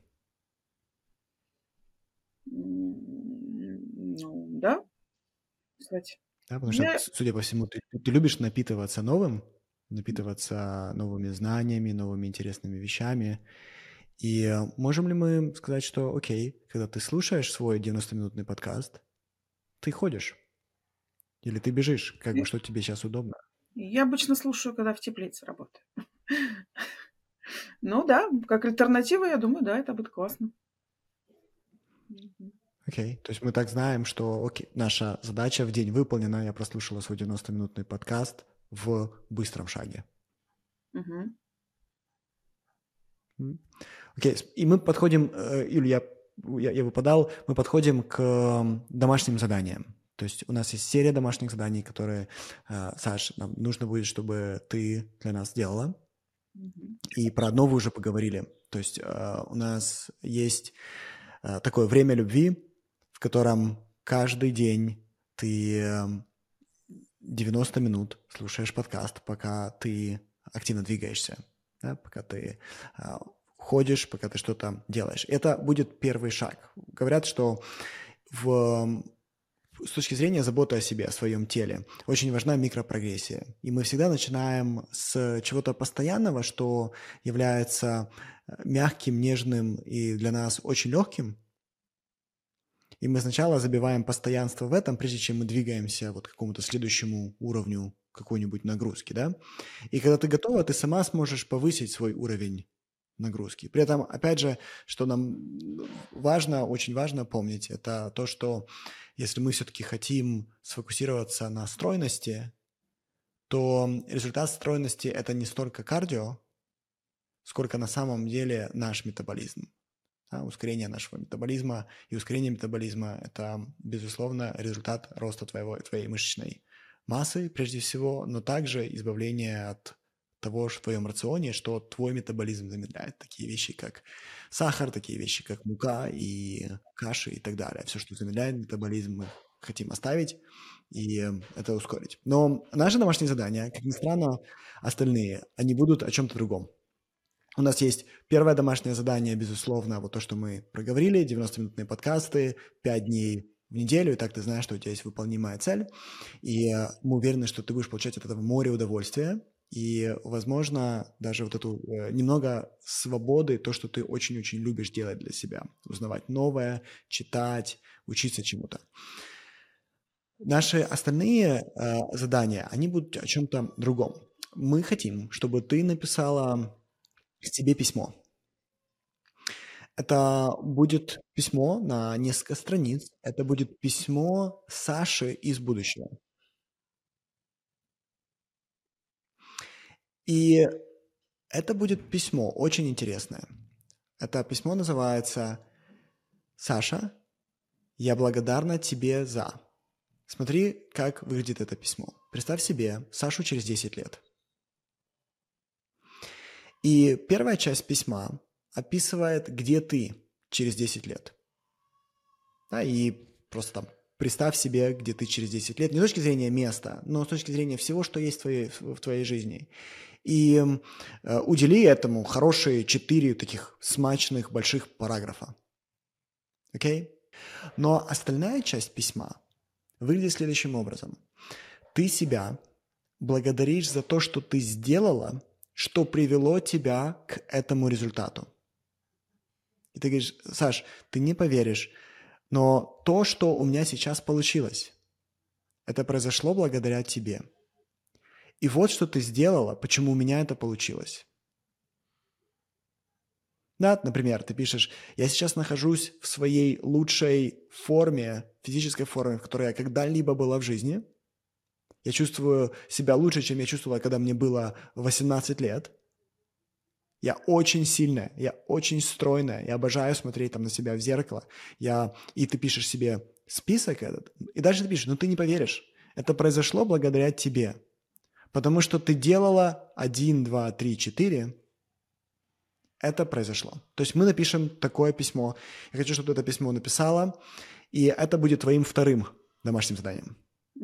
Ну, да, кстати. Да, потому что, судя по всему, ты любишь напитываться новыми знаниями, новыми интересными вещами. И можем ли мы сказать, что окей, когда ты слушаешь свой 90-минутный подкаст, ты ходишь? Или ты бежишь? Как бы, что тебе сейчас удобно? Я обычно слушаю, когда в теплице работаю. Ну да, как альтернатива, я думаю, да, это будет классно. Окей, то есть мы так знаем, что окей, наша задача в день выполнена, я прослушала свой 90-минутный подкаст в быстром шаге. Окей, и мы подходим, Юль, я выпадал, мы подходим к домашним заданиям. То есть у нас есть серия домашних заданий, которые, Саш, нам нужно будет, чтобы ты для нас сделала. И про одно вы уже поговорили. То есть у нас есть такое время любви, в котором каждый день ты 90 минут слушаешь подкаст, пока ты активно двигаешься, да, пока ты ходишь, пока ты что-то делаешь. Это будет первый шаг. Говорят, что с точки зрения заботы о себе, о своем теле, очень важна микропрогрессия. И мы всегда начинаем с чего-то постоянного, что является мягким, нежным и для нас очень легким. И мы сначала забиваем постоянство в этом, прежде чем мы двигаемся вот к какому-то следующему уровню какой-нибудь нагрузки, да. И когда ты готова, ты сама сможешь повысить свой уровень нагрузки. При этом, опять же, что нам важно, очень важно помнить, это то, что если мы все-таки хотим сфокусироваться на стройности, то результат стройности – это не столько кардио, сколько на самом деле наш метаболизм. Да, ускорение нашего метаболизма. И ускорение метаболизма – это, безусловно, результат роста твоей мышечной массы, прежде всего, но также избавление от того, что в твоем рационе, что твой метаболизм замедляет. Такие вещи, как сахар, такие вещи, как мука и каши и так далее. Все, что замедляет метаболизм, мы хотим оставить и это ускорить. Но наши домашние задания, как ни странно, остальные, они будут о чем-то другом. У нас есть первое домашнее задание, безусловно, вот то, что мы проговорили, 90-минутные подкасты, 5 дней в неделю, и так ты знаешь, что у тебя есть выполнимая цель, и мы уверены, что ты будешь получать от этого море удовольствия, и, возможно, даже вот эту немного свободы, то, что ты очень-очень любишь делать для себя, узнавать новое, читать, учиться чему-то. Наши остальные задания, они будут о чем-то другом. Мы хотим, чтобы ты написала себе письмо. Это будет письмо на несколько страниц. Это будет письмо Саши из будущего. И это будет письмо очень интересное. Это письмо называется «Саша, я благодарна тебе за...» Смотри, как выглядит это письмо. Представь себе Сашу через 10 лет. И первая часть письма описывает, где ты через 10 лет. Да, и просто там представь себе, где ты через 10 лет. Не с точки зрения места, но с точки зрения всего, что есть в твоей жизни. И удели этому хорошие 4 таких смачных больших параграфа. Окей? Но остальная часть письма выглядит следующим образом. Ты себя благодаришь за то, что ты сделала, что привело тебя к этому результату. И ты говоришь: Саш, ты не поверишь, но то, что у меня сейчас получилось, это произошло благодаря тебе. И вот что ты сделала, почему у меня это получилось. Да, например, ты пишешь: я сейчас нахожусь в своей лучшей форме, физической форме, в которой я когда-либо была в жизни. Я чувствую себя лучше, чем я чувствовала, когда мне было 18 лет. Я очень сильная, я очень стройная, я обожаю смотреть там на себя в зеркало. И ты пишешь себе список этот, и дальше ты пишешь: ну ты не поверишь, это произошло благодаря тебе. Потому что ты делала 1, 2, 3, 4, это произошло. То есть мы напишем такое письмо. Я хочу, чтобы ты это письмо написала, и это будет твоим вторым домашним заданием.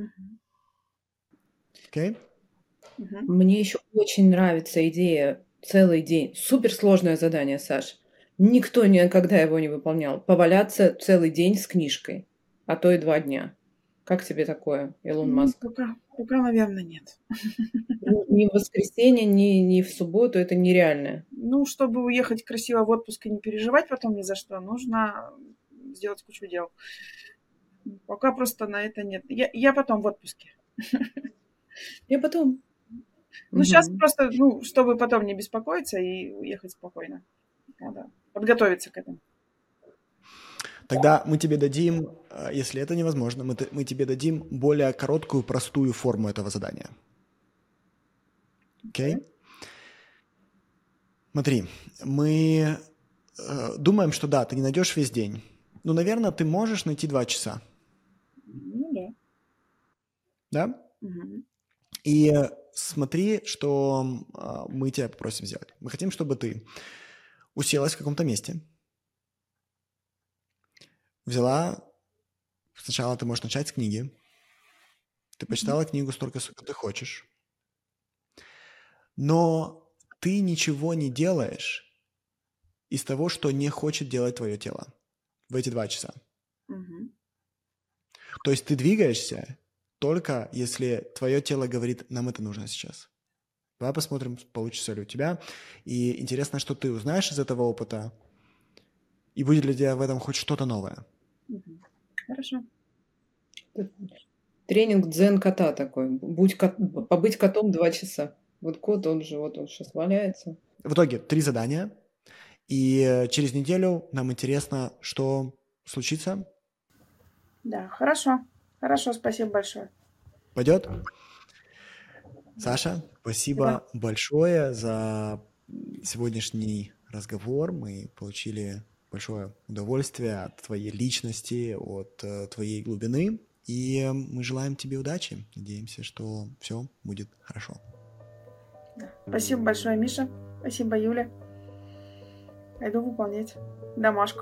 Окей? Мне еще очень нравится идея целый день. Суперсложное задание, Саш. Никто никогда его не выполнял. Поваляться целый день с книжкой, а то и 2 дня. Как тебе такое, Илон Маск? Пока, наверное, нет. Ни в воскресенье, ни в субботу это нереально. Ну, чтобы уехать красиво в отпуск и не переживать потом ни за что, нужно сделать кучу дел. Пока просто на это нет. Я потом в отпуске. Я потом. Ну, сейчас просто, чтобы потом не беспокоиться и уехать спокойно. Надо подготовиться к этому. Тогда мы тебе дадим, если это невозможно, мы тебе дадим более короткую, простую форму этого задания. Окей? Смотри, мы думаем, что да, ты не найдешь весь день. Ну, наверное, ты можешь найти 2 часа. Ну, да. Да? Угу. И смотри, что мы тебя попросим сделать. Мы хотим, чтобы ты уселась в каком-то месте, взяла, сначала ты можешь начать с книги, ты почитала книгу столько, сколько ты хочешь, но ты ничего не делаешь из того, что не хочет делать твое тело в эти 2 часа. Угу. То есть ты двигаешься только если твое тело говорит: нам это нужно сейчас. Давай посмотрим, получится ли у тебя. И интересно, что ты узнаешь из этого опыта, и будет ли для тебя в этом хоть что-то новое. Угу. Хорошо. Тренинг дзен-кота такой. Побыть котом 2 часа. Вот кот, он сейчас валяется. В итоге 3 задания. И через неделю нам интересно, что случится. Да, хорошо. Хорошо, спасибо большое. Пойдет? Саша, спасибо большое за сегодняшний разговор. Мы получили большое удовольствие от твоей личности, от твоей глубины. И мы желаем тебе удачи. Надеемся, что все будет хорошо. Спасибо большое, Миша. Спасибо, Юля. Пойду выполнять домашку.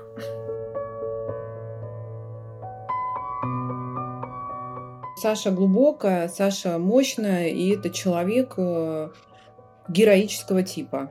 Саша глубокая, Саша мощная, и это человек героического типа.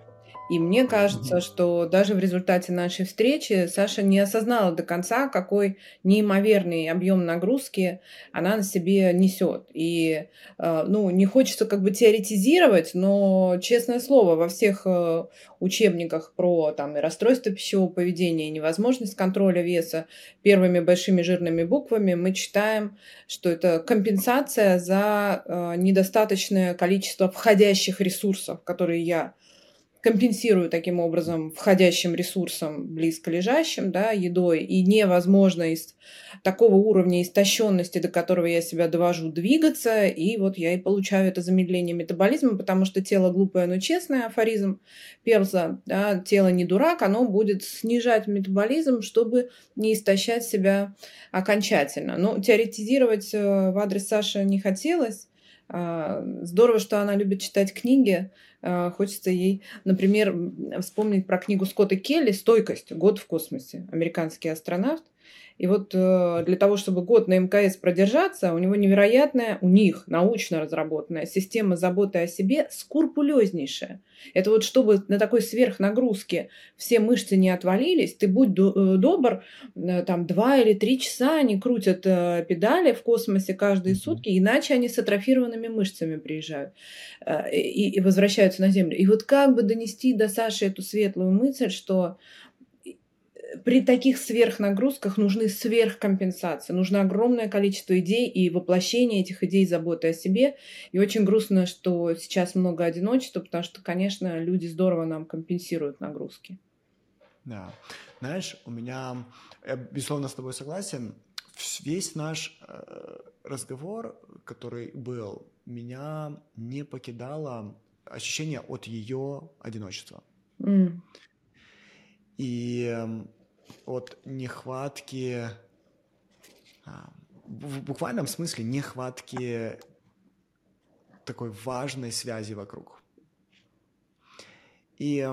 И мне кажется, что даже в результате нашей встречи Саша не осознала до конца, какой неимоверный объем нагрузки она на себе несет. И, не хочется как бы теоретизировать, но, честное слово, во всех учебниках про там и расстройство пищевого поведения, и невозможность контроля веса первыми большими жирными буквами мы читаем, что это компенсация за недостаточное количество входящих ресурсов, которые я компенсирую таким образом входящим ресурсом близко лежащим, да, едой, и невозможно из такого уровня истощенности, до которого я себя довожу, двигаться, и вот я и получаю это замедление метаболизма, потому что тело глупое, но честное, афоризм Перлза, да, тело не дурак, оно будет снижать метаболизм, чтобы не истощать себя окончательно. Но теоретизировать в адрес Саши не хотелось. Здорово, что она любит читать книги. Хочется ей, например, вспомнить про книгу Скотта Келли «Стойкость. Год в космосе». Американский астронавт. И вот для того, чтобы год на МКС продержаться, у него невероятная, у них научно разработанная система заботы о себе скрупулезнейшая. Это вот чтобы на такой сверхнагрузке все мышцы не отвалились, ты будь добр, там 2 или 3 часа они крутят педали в космосе каждые сутки, иначе они с атрофированными мышцами приезжают и возвращаются на Землю. И вот как бы донести до Саши эту светлую мысль, что при таких сверхнагрузках нужны сверхкомпенсации, нужно огромное количество идей и воплощение этих идей заботы о себе. И очень грустно, что сейчас много одиночества, потому что, конечно, люди здорово нам компенсируют нагрузки. Да. Знаешь, я, безусловно, с тобой согласен. Весь наш разговор, который был, меня не покидало ощущение от ее одиночества. И от нехватки, в буквальном смысле, нехватки такой важной связи вокруг. И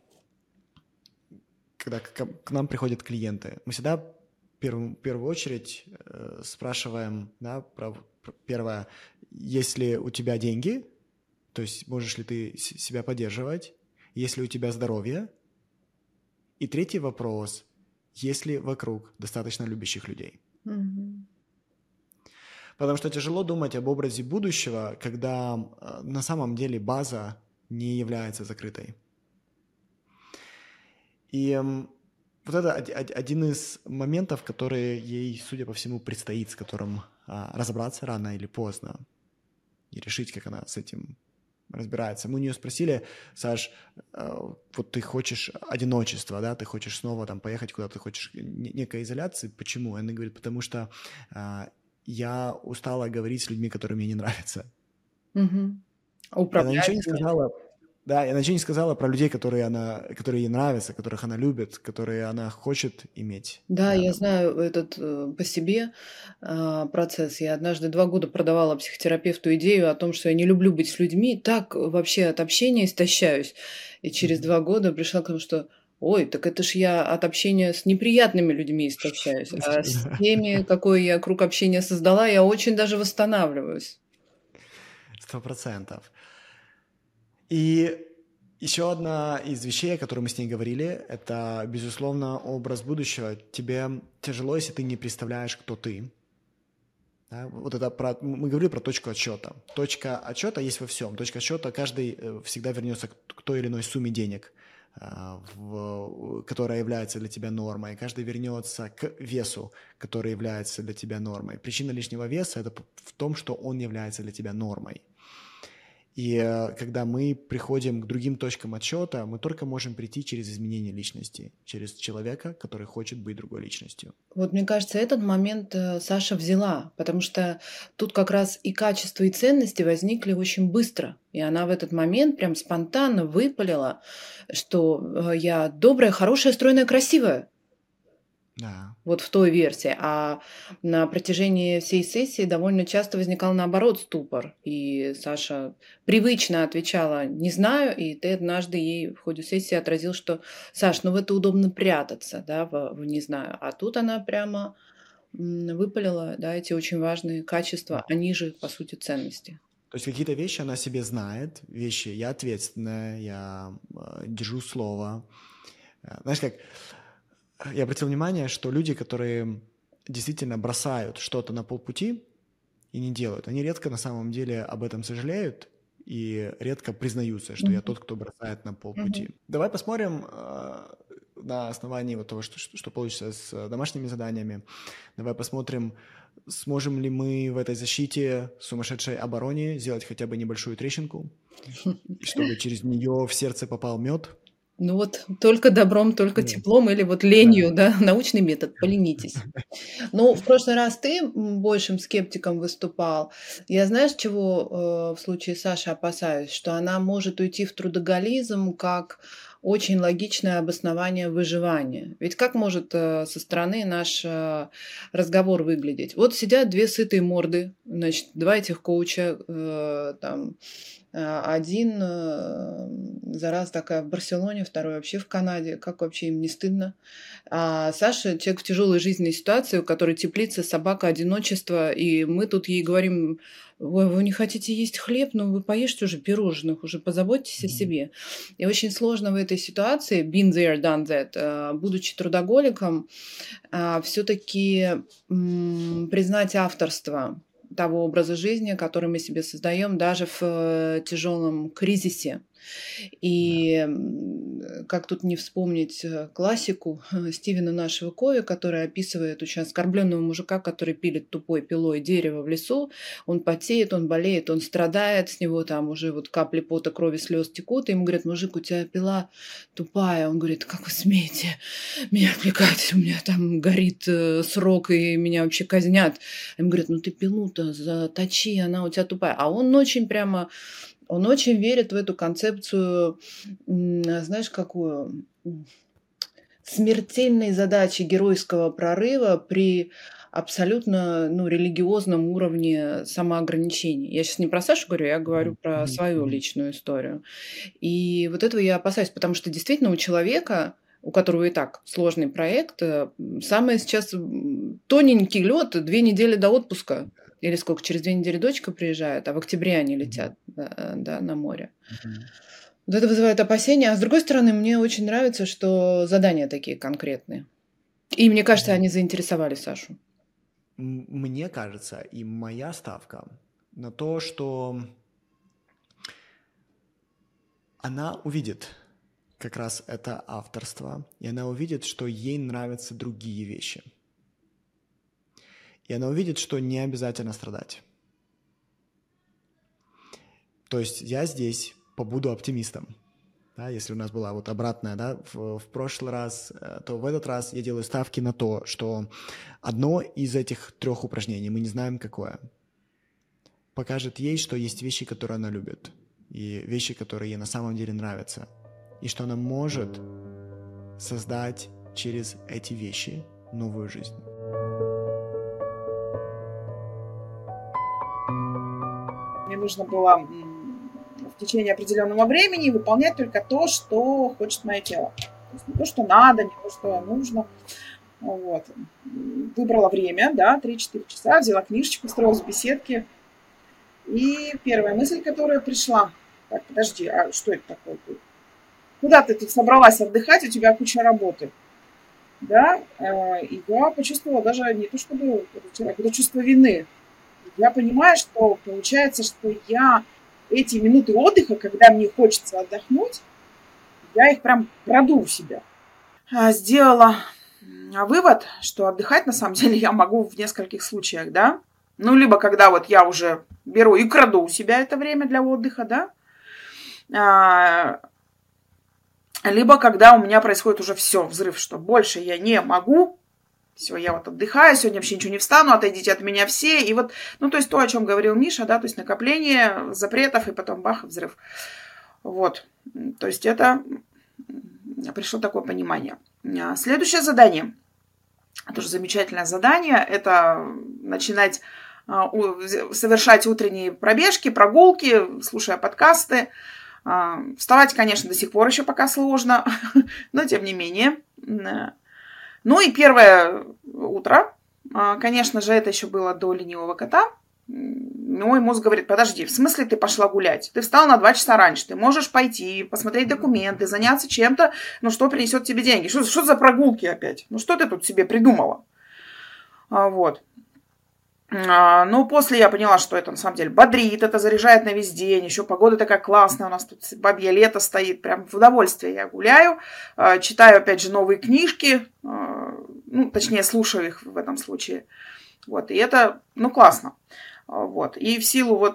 когда к нам приходят клиенты, мы всегда в первую очередь спрашиваем, да, первое, есть ли у тебя деньги, то есть можешь ли ты себя поддерживать, есть ли у тебя здоровье, и третий вопрос, есть ли вокруг достаточно любящих людей. Потому что тяжело думать об образе будущего, когда на самом деле база не является закрытой. И вот это один из моментов, которые ей, судя по всему, предстоит, с которым разобраться рано или поздно и решить, как она с этим разбирается. Мы у нее спросили: Саш, вот ты хочешь одиночества, да, ты хочешь снова там поехать куда-то, ты хочешь некой изоляции. Почему? Она говорит, потому что я устала говорить с людьми, которые мне не нравятся. Она ничего не сказала. Да, она ничего не сказала про людей, которые ей нравятся, которых она любит, которые она хочет иметь. Да, я знаю этот по себе процесс. Я однажды 2 года продавала психотерапевту идею о том, что я не люблю быть с людьми, так вообще от общения истощаюсь. И через 2 года пришла к тому, что ой, так это ж я от общения с неприятными людьми истощаюсь. А с теми, какой я круг общения создала, я очень даже восстанавливаюсь. 100%. И еще одна из вещей, о которой мы с ней говорили, это, безусловно, образ будущего. Тебе тяжело, если ты не представляешь, кто ты. Да? Вот это мы говорили про точку отсчета. Точка отсчета есть во всем. Точка отсчета каждый всегда вернется к той или иной сумме денег, которая является для тебя нормой. Каждый вернется к весу, который является для тебя нормой. Причина лишнего веса – это в том, что он является для тебя нормой. И когда мы приходим к другим точкам отсчета, мы только можем прийти через изменение личности, через человека, который хочет быть другой личностью. Вот мне кажется, этот момент Саша взяла, потому что тут как раз и качество, и ценности возникли очень быстро. И она в этот момент прям спонтанно выпалила, что я добрая, хорошая, стройная, красивая. Да. Вот в той версии. А на протяжении всей сессии довольно часто возникал, наоборот, ступор. И Саша привычно отвечала «не знаю», и ты однажды ей в ходе сессии отразил, что «Саш, ну в это удобно прятаться, да, в «не знаю». А тут она прямо выпалила, да, эти очень важные качества, они же, по сути, ценности. То есть какие-то вещи она себе знает, вещи я ответственная, я держу слово. Знаешь, как я обратил внимание, что люди, которые действительно бросают что-то на полпути и не делают, они редко на самом деле об этом сожалеют и редко признаются, что я тот, кто бросает на полпути. Давай посмотрим на основании вот того, что получится с домашними заданиями. Давай посмотрим, сможем ли мы в этой защите, сумасшедшей обороне сделать хотя бы небольшую трещинку, чтобы через нее в сердце попал мед. Ну вот только добром, только теплом или вот ленью, да, научный метод, поленитесь. Ну, в прошлый раз ты большим скептиком выступал. Я, знаешь, чего в случае Саши опасаюсь? Что она может уйти в трудоголизм как очень логичное обоснование выживания. Ведь как может со стороны наш разговор выглядеть? Вот сидят две сытые морды, значит, два этих коуча, там, один зараз такая в Барселоне, второй вообще в Канаде. Как вообще им не стыдно? А Саша человек в тяжелой жизненной ситуации, у которой теплица, собака, одиночество. И мы тут ей говорим: ой, вы не хотите есть хлеб, но вы поешьте уже пирожных, уже позаботьтесь о себе. И очень сложно в этой ситуации, been there, done that, будучи трудоголиком, все-таки признать авторство того образа жизни, который мы себе создаем даже в тяжелом кризисе. И как тут не вспомнить классику Стивена нашего Кови, который описывает очень оскорбленного мужика, который пилит тупой пилой дерево в лесу. Он потеет, он болеет, он страдает, с него там уже вот капли пота, крови, слез текут. И ему говорят: мужик, у тебя пила тупая. Он говорит: как вы смеете меня отвлекать? У меня там горит срок, и меня вообще казнят. Ему говорят: ну ты пилу-то заточи, она у тебя тупая. А он очень прямо... Он очень верит в эту концепцию, знаешь, какую? Смертельной задачи геройского прорыва при абсолютно религиозном уровне самоограничения. Я сейчас не про Сашу говорю, я говорю про свою личную историю. И вот этого я опасаюсь, потому что действительно у человека, у которого и так сложный проект, самое сейчас тоненький лед, 2 недели до отпуска. Или сколько, через 2 недели дочка приезжает, а в октябре они летят на море. Вот это вызывает опасения. А с другой стороны, мне очень нравится, что задания такие конкретные. И мне кажется, они заинтересовали Сашу. Мне кажется, и моя ставка на то, что она увидит как раз это авторство, и она увидит, что ей нравятся другие вещи. И она увидит, что не обязательно страдать. То есть я здесь побуду оптимистом. Да, если у нас была вот обратная, да, в прошлый раз, то в этот раз я делаю ставки на то, что одно из этих 3 упражнений, мы не знаем какое, покажет ей, что есть вещи, которые она любит, и вещи, которые ей на самом деле нравятся, и что она может создать через эти вещи новую жизнь. Мне нужно было в течение определенного времени выполнять только то, что хочет мое тело. То есть не то, что надо, не то, что нужно. Вот. Выбрала время, да, 3-4 часа, взяла книжечку, устроилась в беседке. И первая мысль, которая пришла: так, подожди, а что это такое? Куда ты тут собралась отдыхать, у тебя куча работы? Да, и я почувствовала даже не то, чтобы какое-то чувство вины. Я понимаю, что получается, что я эти минуты отдыха, когда мне хочется отдохнуть, я их прям краду у себя. Сделала вывод, что отдыхать на самом деле я могу в нескольких случаях, да. Ну, либо когда вот я уже беру и краду у себя это время для отдыха, да. Либо когда у меня происходит уже все, взрыв, что больше я не могу. Все, я вот отдыхаю, сегодня вообще ничего не встану, отойдите от меня все. И вот, ну, то есть то, о чем говорил Миша, да, то есть накопление запретов и потом бах, взрыв. Вот, то есть это пришло такое понимание. Следующее задание, тоже замечательное задание, это начинать совершать утренние пробежки, прогулки, слушая подкасты. Вставать, конечно, до сих пор еще пока сложно, но тем не менее. Ну и первое утро, конечно же, это еще было до ленивого кота. Мой мозг говорит, подожди, в смысле ты пошла гулять? Ты встал на 2 часа раньше, ты можешь пойти, посмотреть документы, заняться чем-то, что принесет тебе деньги. Что за прогулки опять? Что ты тут себе придумала? Вот. Но после я поняла, что это на самом деле бодрит, это заряжает на весь день. Еще погода такая классная, у нас тут бабье лето стоит, прям в удовольствие я гуляю. Читаю, опять же, новые книжки, точнее, слушаю их в этом случае. Вот, и это, классно. Вот, и в силу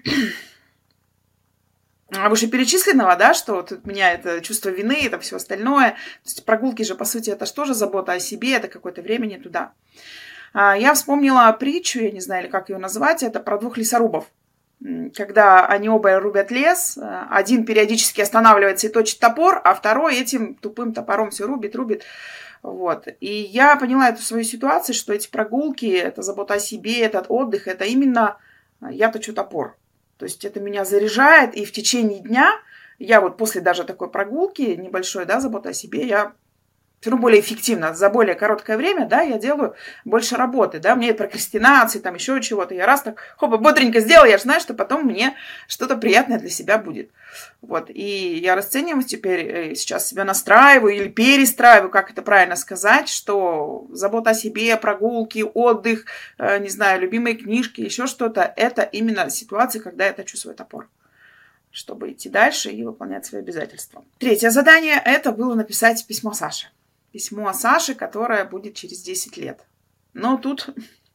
вышеперечисленного, да, что вот у меня это чувство вины, это все остальное. То есть прогулки же, по сути, это же тоже забота о себе, это какое-то времени туда. Я вспомнила притчу, я не знаю, или как ее назвать, это про 2 лесорубов. Когда они оба рубят лес, один периодически останавливается и точит топор, а второй этим тупым топором все рубит. Вот. И я поняла эту свою ситуацию, что эти прогулки, это забота о себе, этот отдых, это именно я точу топор. То есть это меня заряжает, и в течение дня я после даже такой прогулки небольшой, да, заботы о себе, я все равно более эффективно, за более короткое время, да, я делаю больше работы, да, мне прокрастинации, там еще чего-то, я раз так, бодренько сделала, я же знаю, что потом мне что-то приятное для себя будет, вот, и я расцениваю теперь, сейчас себя настраиваю или перестраиваю, как это правильно сказать, что забота о себе, прогулки, отдых, не знаю, любимые книжки, еще что-то, это именно ситуация, когда я точу свой топор, чтобы идти дальше и выполнять свои обязательства. 3-е задание, это было написать письмо Саше. Письмо Саше, которое будет через 10 лет. Но тут...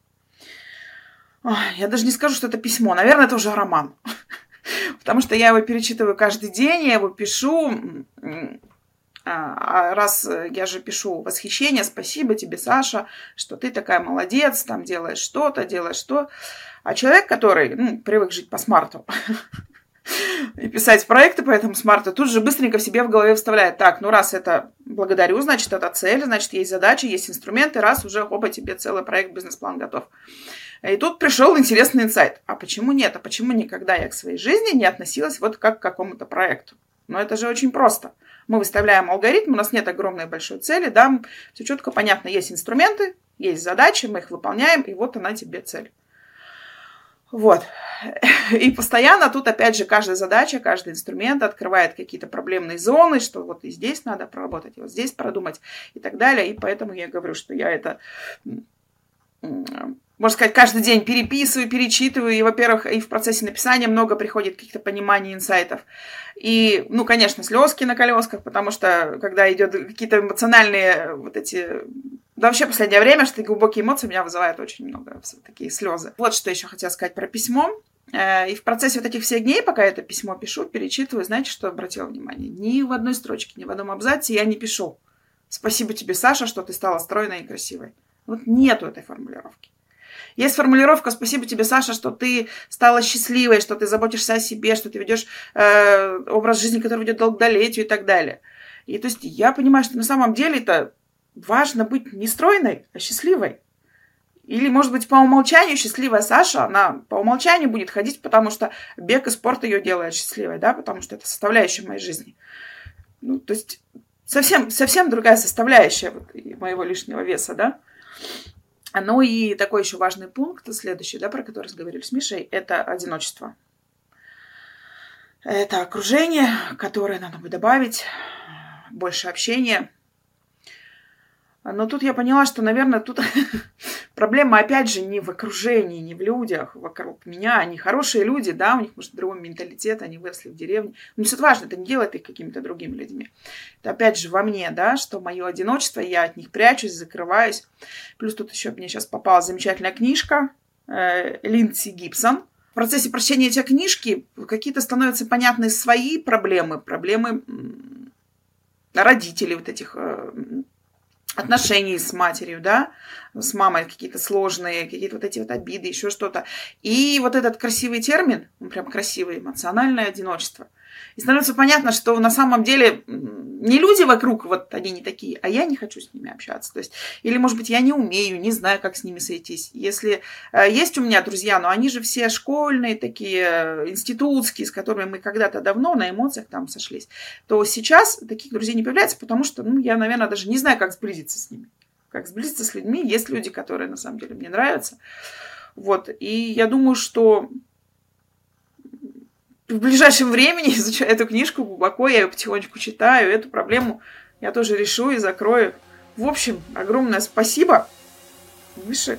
я даже не скажу, что это письмо. Наверное, это уже роман. Потому что я его перечитываю каждый день, я его пишу. Раз я же пишу восхищение, спасибо тебе, Саша, что ты такая молодец, там делаешь что-то, делаешь то. А человек, который привык жить по смарту, и писать проекты по этому смарту, тут же быстренько в себе в голове вставляет. Так, раз это благодарю, значит, это цель, значит, есть задачи, есть инструменты, раз уже, тебе целый проект, бизнес-план готов. И тут пришел интересный инсайт. А почему нет? А почему никогда я к своей жизни не относилась как к какому-то проекту? Но это же очень просто. Мы выставляем алгоритм, у нас нет огромной большой цели, да, все четко понятно, есть инструменты, есть задачи, мы их выполняем, и вот она тебе цель. Вот. И постоянно тут, опять же, каждая задача, каждый инструмент открывает какие-то проблемные зоны, что и здесь надо проработать, и вот здесь продумать и так далее. И поэтому я говорю, что я это, можно сказать, каждый день переписываю, перечитываю. И, во-первых, и в процессе написания много приходит каких-то пониманий, инсайтов. И, конечно, слезки на колесках, потому что, когда идет какие-то эмоциональные Да, вообще, в последнее время, что глубокие эмоции у меня вызывают очень много такие слезы. Вот что еще хотела сказать про письмо. И в процессе этих всех дней, пока я это письмо пишу, перечитываю, знаете, что обратила внимание? Ни в одной строчке, ни в одном абзаце я не пишу: спасибо тебе, Саша, что ты стала стройной и красивой. Нету этой формулировки. Есть формулировка: спасибо тебе, Саша, что ты стала счастливой, что ты заботишься о себе, что ты ведешь образ жизни, который ведет к долголетию и так далее. И то есть я понимаю, что на самом деле это важно быть не стройной, а счастливой. Или, может быть, по умолчанию счастливая Саша, она по умолчанию будет ходить, потому что бег и спорт ее делает счастливой, да, потому что это составляющая моей жизни. То есть совсем другая составляющая моего лишнего веса, да. И такой еще важный пункт, следующий, да, про который разговаривали с Мишей, это одиночество. Это окружение, которое надо бы добавить, больше общения. Но тут я поняла, что, наверное, тут проблема, опять же, не в окружении, не в людях вокруг меня. Они хорошие люди, да, у них, может, другой менталитет, они выросли в деревне. Но не суть важно, это не делает их какими-то другими людьми. Это, опять же, во мне, да, что мое одиночество, я от них прячусь, закрываюсь. Плюс тут еще мне сейчас попалась замечательная книжка Линдси Гибсон. В процессе прочтения этой книжки какие-то становятся понятны свои проблемы родителей этих отношений с матерью, да, с мамой какие-то сложные, какие-то эти обиды, еще что-то. И этот красивый термин, он прям красивый, эмоциональное одиночество. И становится понятно, что на самом деле не люди вокруг, они не такие, а я не хочу с ними общаться. То есть, или, может быть, я не умею, не знаю, как с ними сойтись. Если есть у меня друзья, но они же все школьные такие, институтские, с которыми мы когда-то давно на эмоциях там сошлись, то сейчас таких друзей не появляется, потому что, я, наверное, даже не знаю, как сблизиться с ними. Как сблизиться с людьми. Есть люди, которые, на самом деле, мне нравятся. Вот. И я думаю, что в ближайшем времени, изучая эту книжку глубоко, я ее потихонечку читаю, эту проблему я тоже решу и закрою. В общем, огромное спасибо. Выше.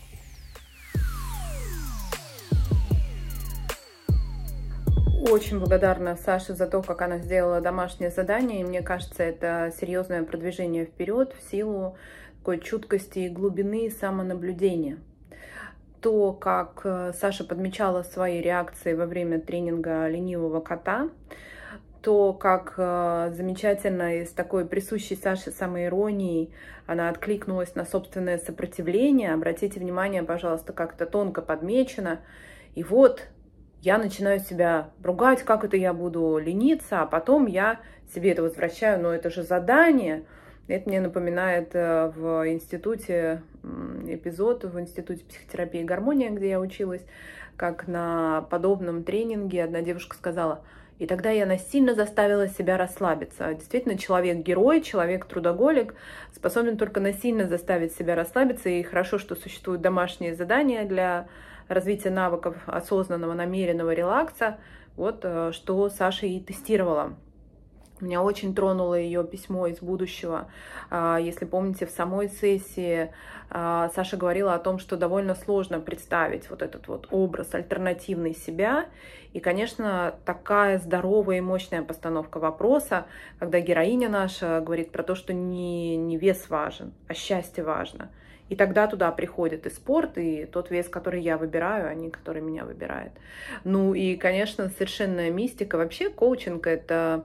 Очень благодарна Саше за то, как она сделала домашнее задание. И мне кажется, это серьезное продвижение вперед в силу такой чуткости и глубины самонаблюдения. То, как Саша подмечала свои реакции во время тренинга ленивого кота, то, как замечательно и с такой присущей Саше самоиронией она откликнулась на собственное сопротивление. Обратите внимание, пожалуйста, как это тонко подмечено. И вот я начинаю себя ругать, как это я буду лениться, а потом я себе это возвращаю, но это же задание. Это мне напоминает в институте эпизод, в Институте психотерапии и гармонии, где я училась, как на подобном тренинге одна девушка сказала: и тогда я насильно заставила себя расслабиться. Действительно, человек-герой, человек-трудоголик способен только насильно заставить себя расслабиться, и хорошо, что существуют домашние задания для развития навыков осознанного, намеренного релакса. Вот что Саша и тестировала. Меня очень тронуло ее письмо из будущего. Если помните, в самой сессии Саша говорила о том, что довольно сложно представить вот этот вот образ альтернативный себя. И, конечно, такая здоровая и мощная постановка вопроса, когда героиня наша говорит про то, что не вес важен, а счастье важно. И тогда туда приходит и спорт, и тот вес, который я выбираю, а не который меня выбирает. Ну и, конечно, совершенная мистика. Вообще коучинг — это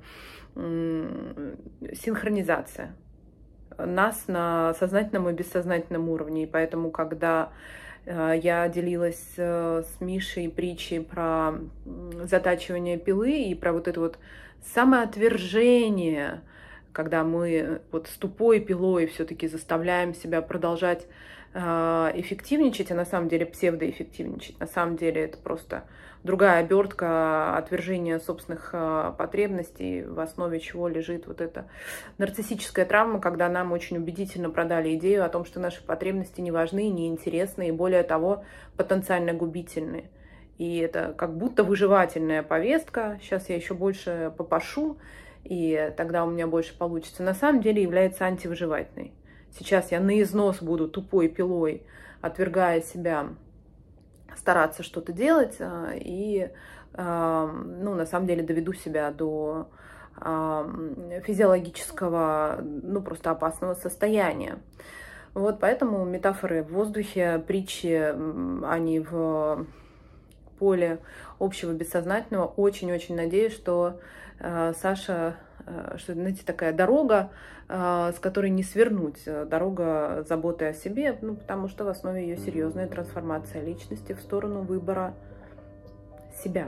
синхронизация нас на сознательном и бессознательном уровне. И поэтому, когда я делилась с Мишей притчей про затачивание пилы и про вот это вот самоотвержение, когда мы вот с тупой пилой все-таки заставляем себя продолжать эффективничать, а на самом деле псевдоэффективничать. На самом деле это просто другая обертка отвержения собственных потребностей, в основе чего лежит вот эта нарциссическая травма, когда нам очень убедительно продали идею о том, что наши потребности не важны, не интересны и, более того, потенциально губительны. И это как будто выживательная повестка. Сейчас я еще больше попашу, и тогда у меня больше получится. На самом деле является антивыживательной. Сейчас я на износ буду тупой пилой, отвергая себя, стараться что-то делать, и на самом деле доведу себя до физиологического, просто опасного состояния. Вот поэтому метафоры в воздухе, притчи, они в поле общего бессознательного. Очень-очень надеюсь, что Саша, что, знаете, такая дорога, с которой не свернуть, дорога заботы о себе, потому что в основе ее серьезная трансформация личности в сторону выбора себя.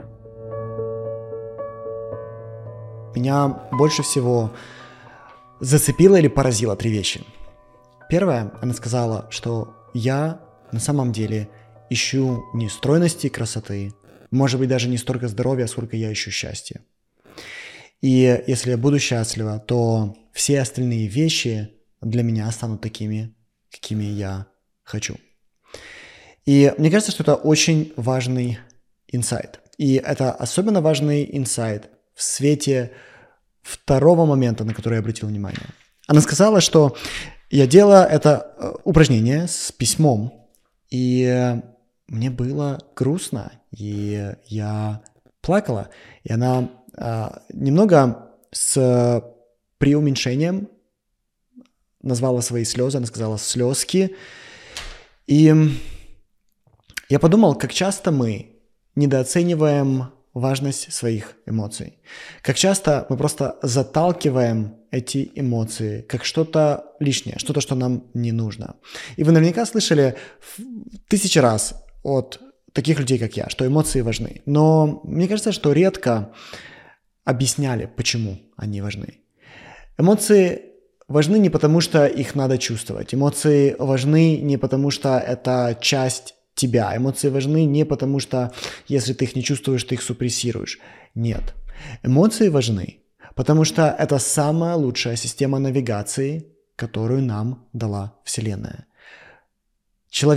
Меня больше всего зацепило или поразило 3 вещи. Первое, она сказала, что я на самом деле ищу не стройности и красоты, может быть, даже не столько здоровья, сколько я ищу счастья. И если я буду счастлива, то все остальные вещи для меня станут такими, какими я хочу. И мне кажется, что это очень важный инсайт. И это особенно важный инсайт в свете второго момента, на который я обратил внимание. Она сказала, что я делала это упражнение с письмом, и мне было грустно, и я плакала. И она немного с преуменьшением назвала свои слезы, она сказала «слезки». И я подумал, как часто мы недооцениваем важность своих эмоций. Как часто мы просто заталкиваем эти эмоции как что-то лишнее, что-то, что нам не нужно. И вы наверняка слышали 1000 раз от таких людей, как я, что эмоции важны. Но мне кажется, что редко объясняли, почему они важны. Эмоции важны не потому, что их надо чувствовать. Эмоции важны не потому, что это часть тебя. Эмоции важны не потому, что если ты их не чувствуешь, ты их супрессируешь. Нет. Эмоции важны, потому что это самая лучшая система навигации, которую нам дала Вселенная. Человек,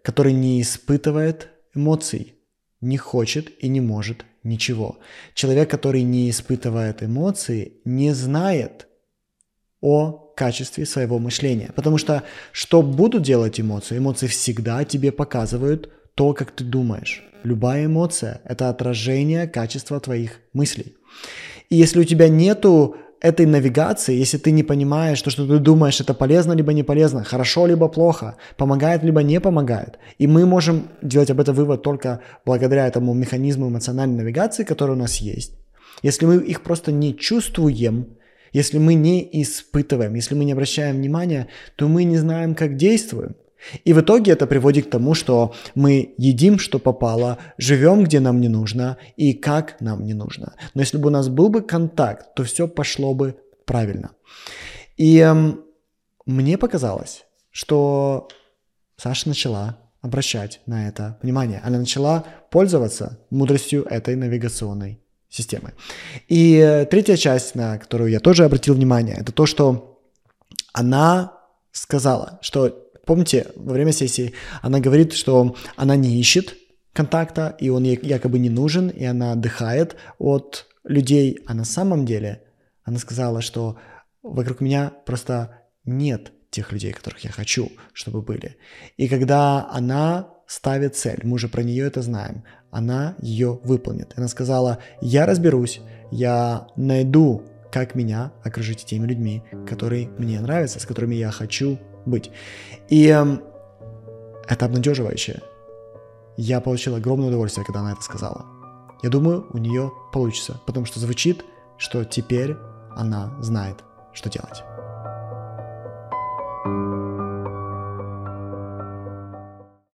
который не испытывает эмоций, не хочет и не может ничего. Человек, который не испытывает эмоции, не знает о качестве своего мышления. Потому что будут делать эмоции? Эмоции всегда тебе показывают то, как ты думаешь. Любая эмоция – это отражение качества твоих мыслей. И если у тебя нету этой навигации, если ты не понимаешь, что ты думаешь, это полезно либо не полезно, хорошо либо плохо, помогает либо не помогает, и мы можем делать об этом вывод только благодаря этому механизму эмоциональной навигации, который у нас есть. Если мы их просто не чувствуем, если мы не испытываем, если мы не обращаем внимания, то мы не знаем, как действуем. И в итоге это приводит к тому, что мы едим, что попало, живем, где нам не нужно и как нам не нужно. Но если бы у нас был бы контакт, то все пошло бы правильно. И мне показалось, что Саша начала обращать на это внимание. Она начала пользоваться мудростью этой навигационной системы. И третья часть, на которую я тоже обратил внимание, это то, что она сказала, что помните, во время сессии она говорит, что она не ищет контакта, и он ей якобы не нужен, и она отдыхает от людей. А на самом деле она сказала, что вокруг меня просто нет тех людей, которых я хочу, чтобы были. И когда она ставит цель, мы уже про нее это знаем, она ее выполнит. Она сказала, я разберусь, я найду, как меня окружить теми людьми, которые мне нравятся, с которыми я хочу быть. И это обнадеживающе. Я получил огромное удовольствие, когда она это сказала. Я думаю, у нее получится, потому что звучит, что теперь она знает, что делать.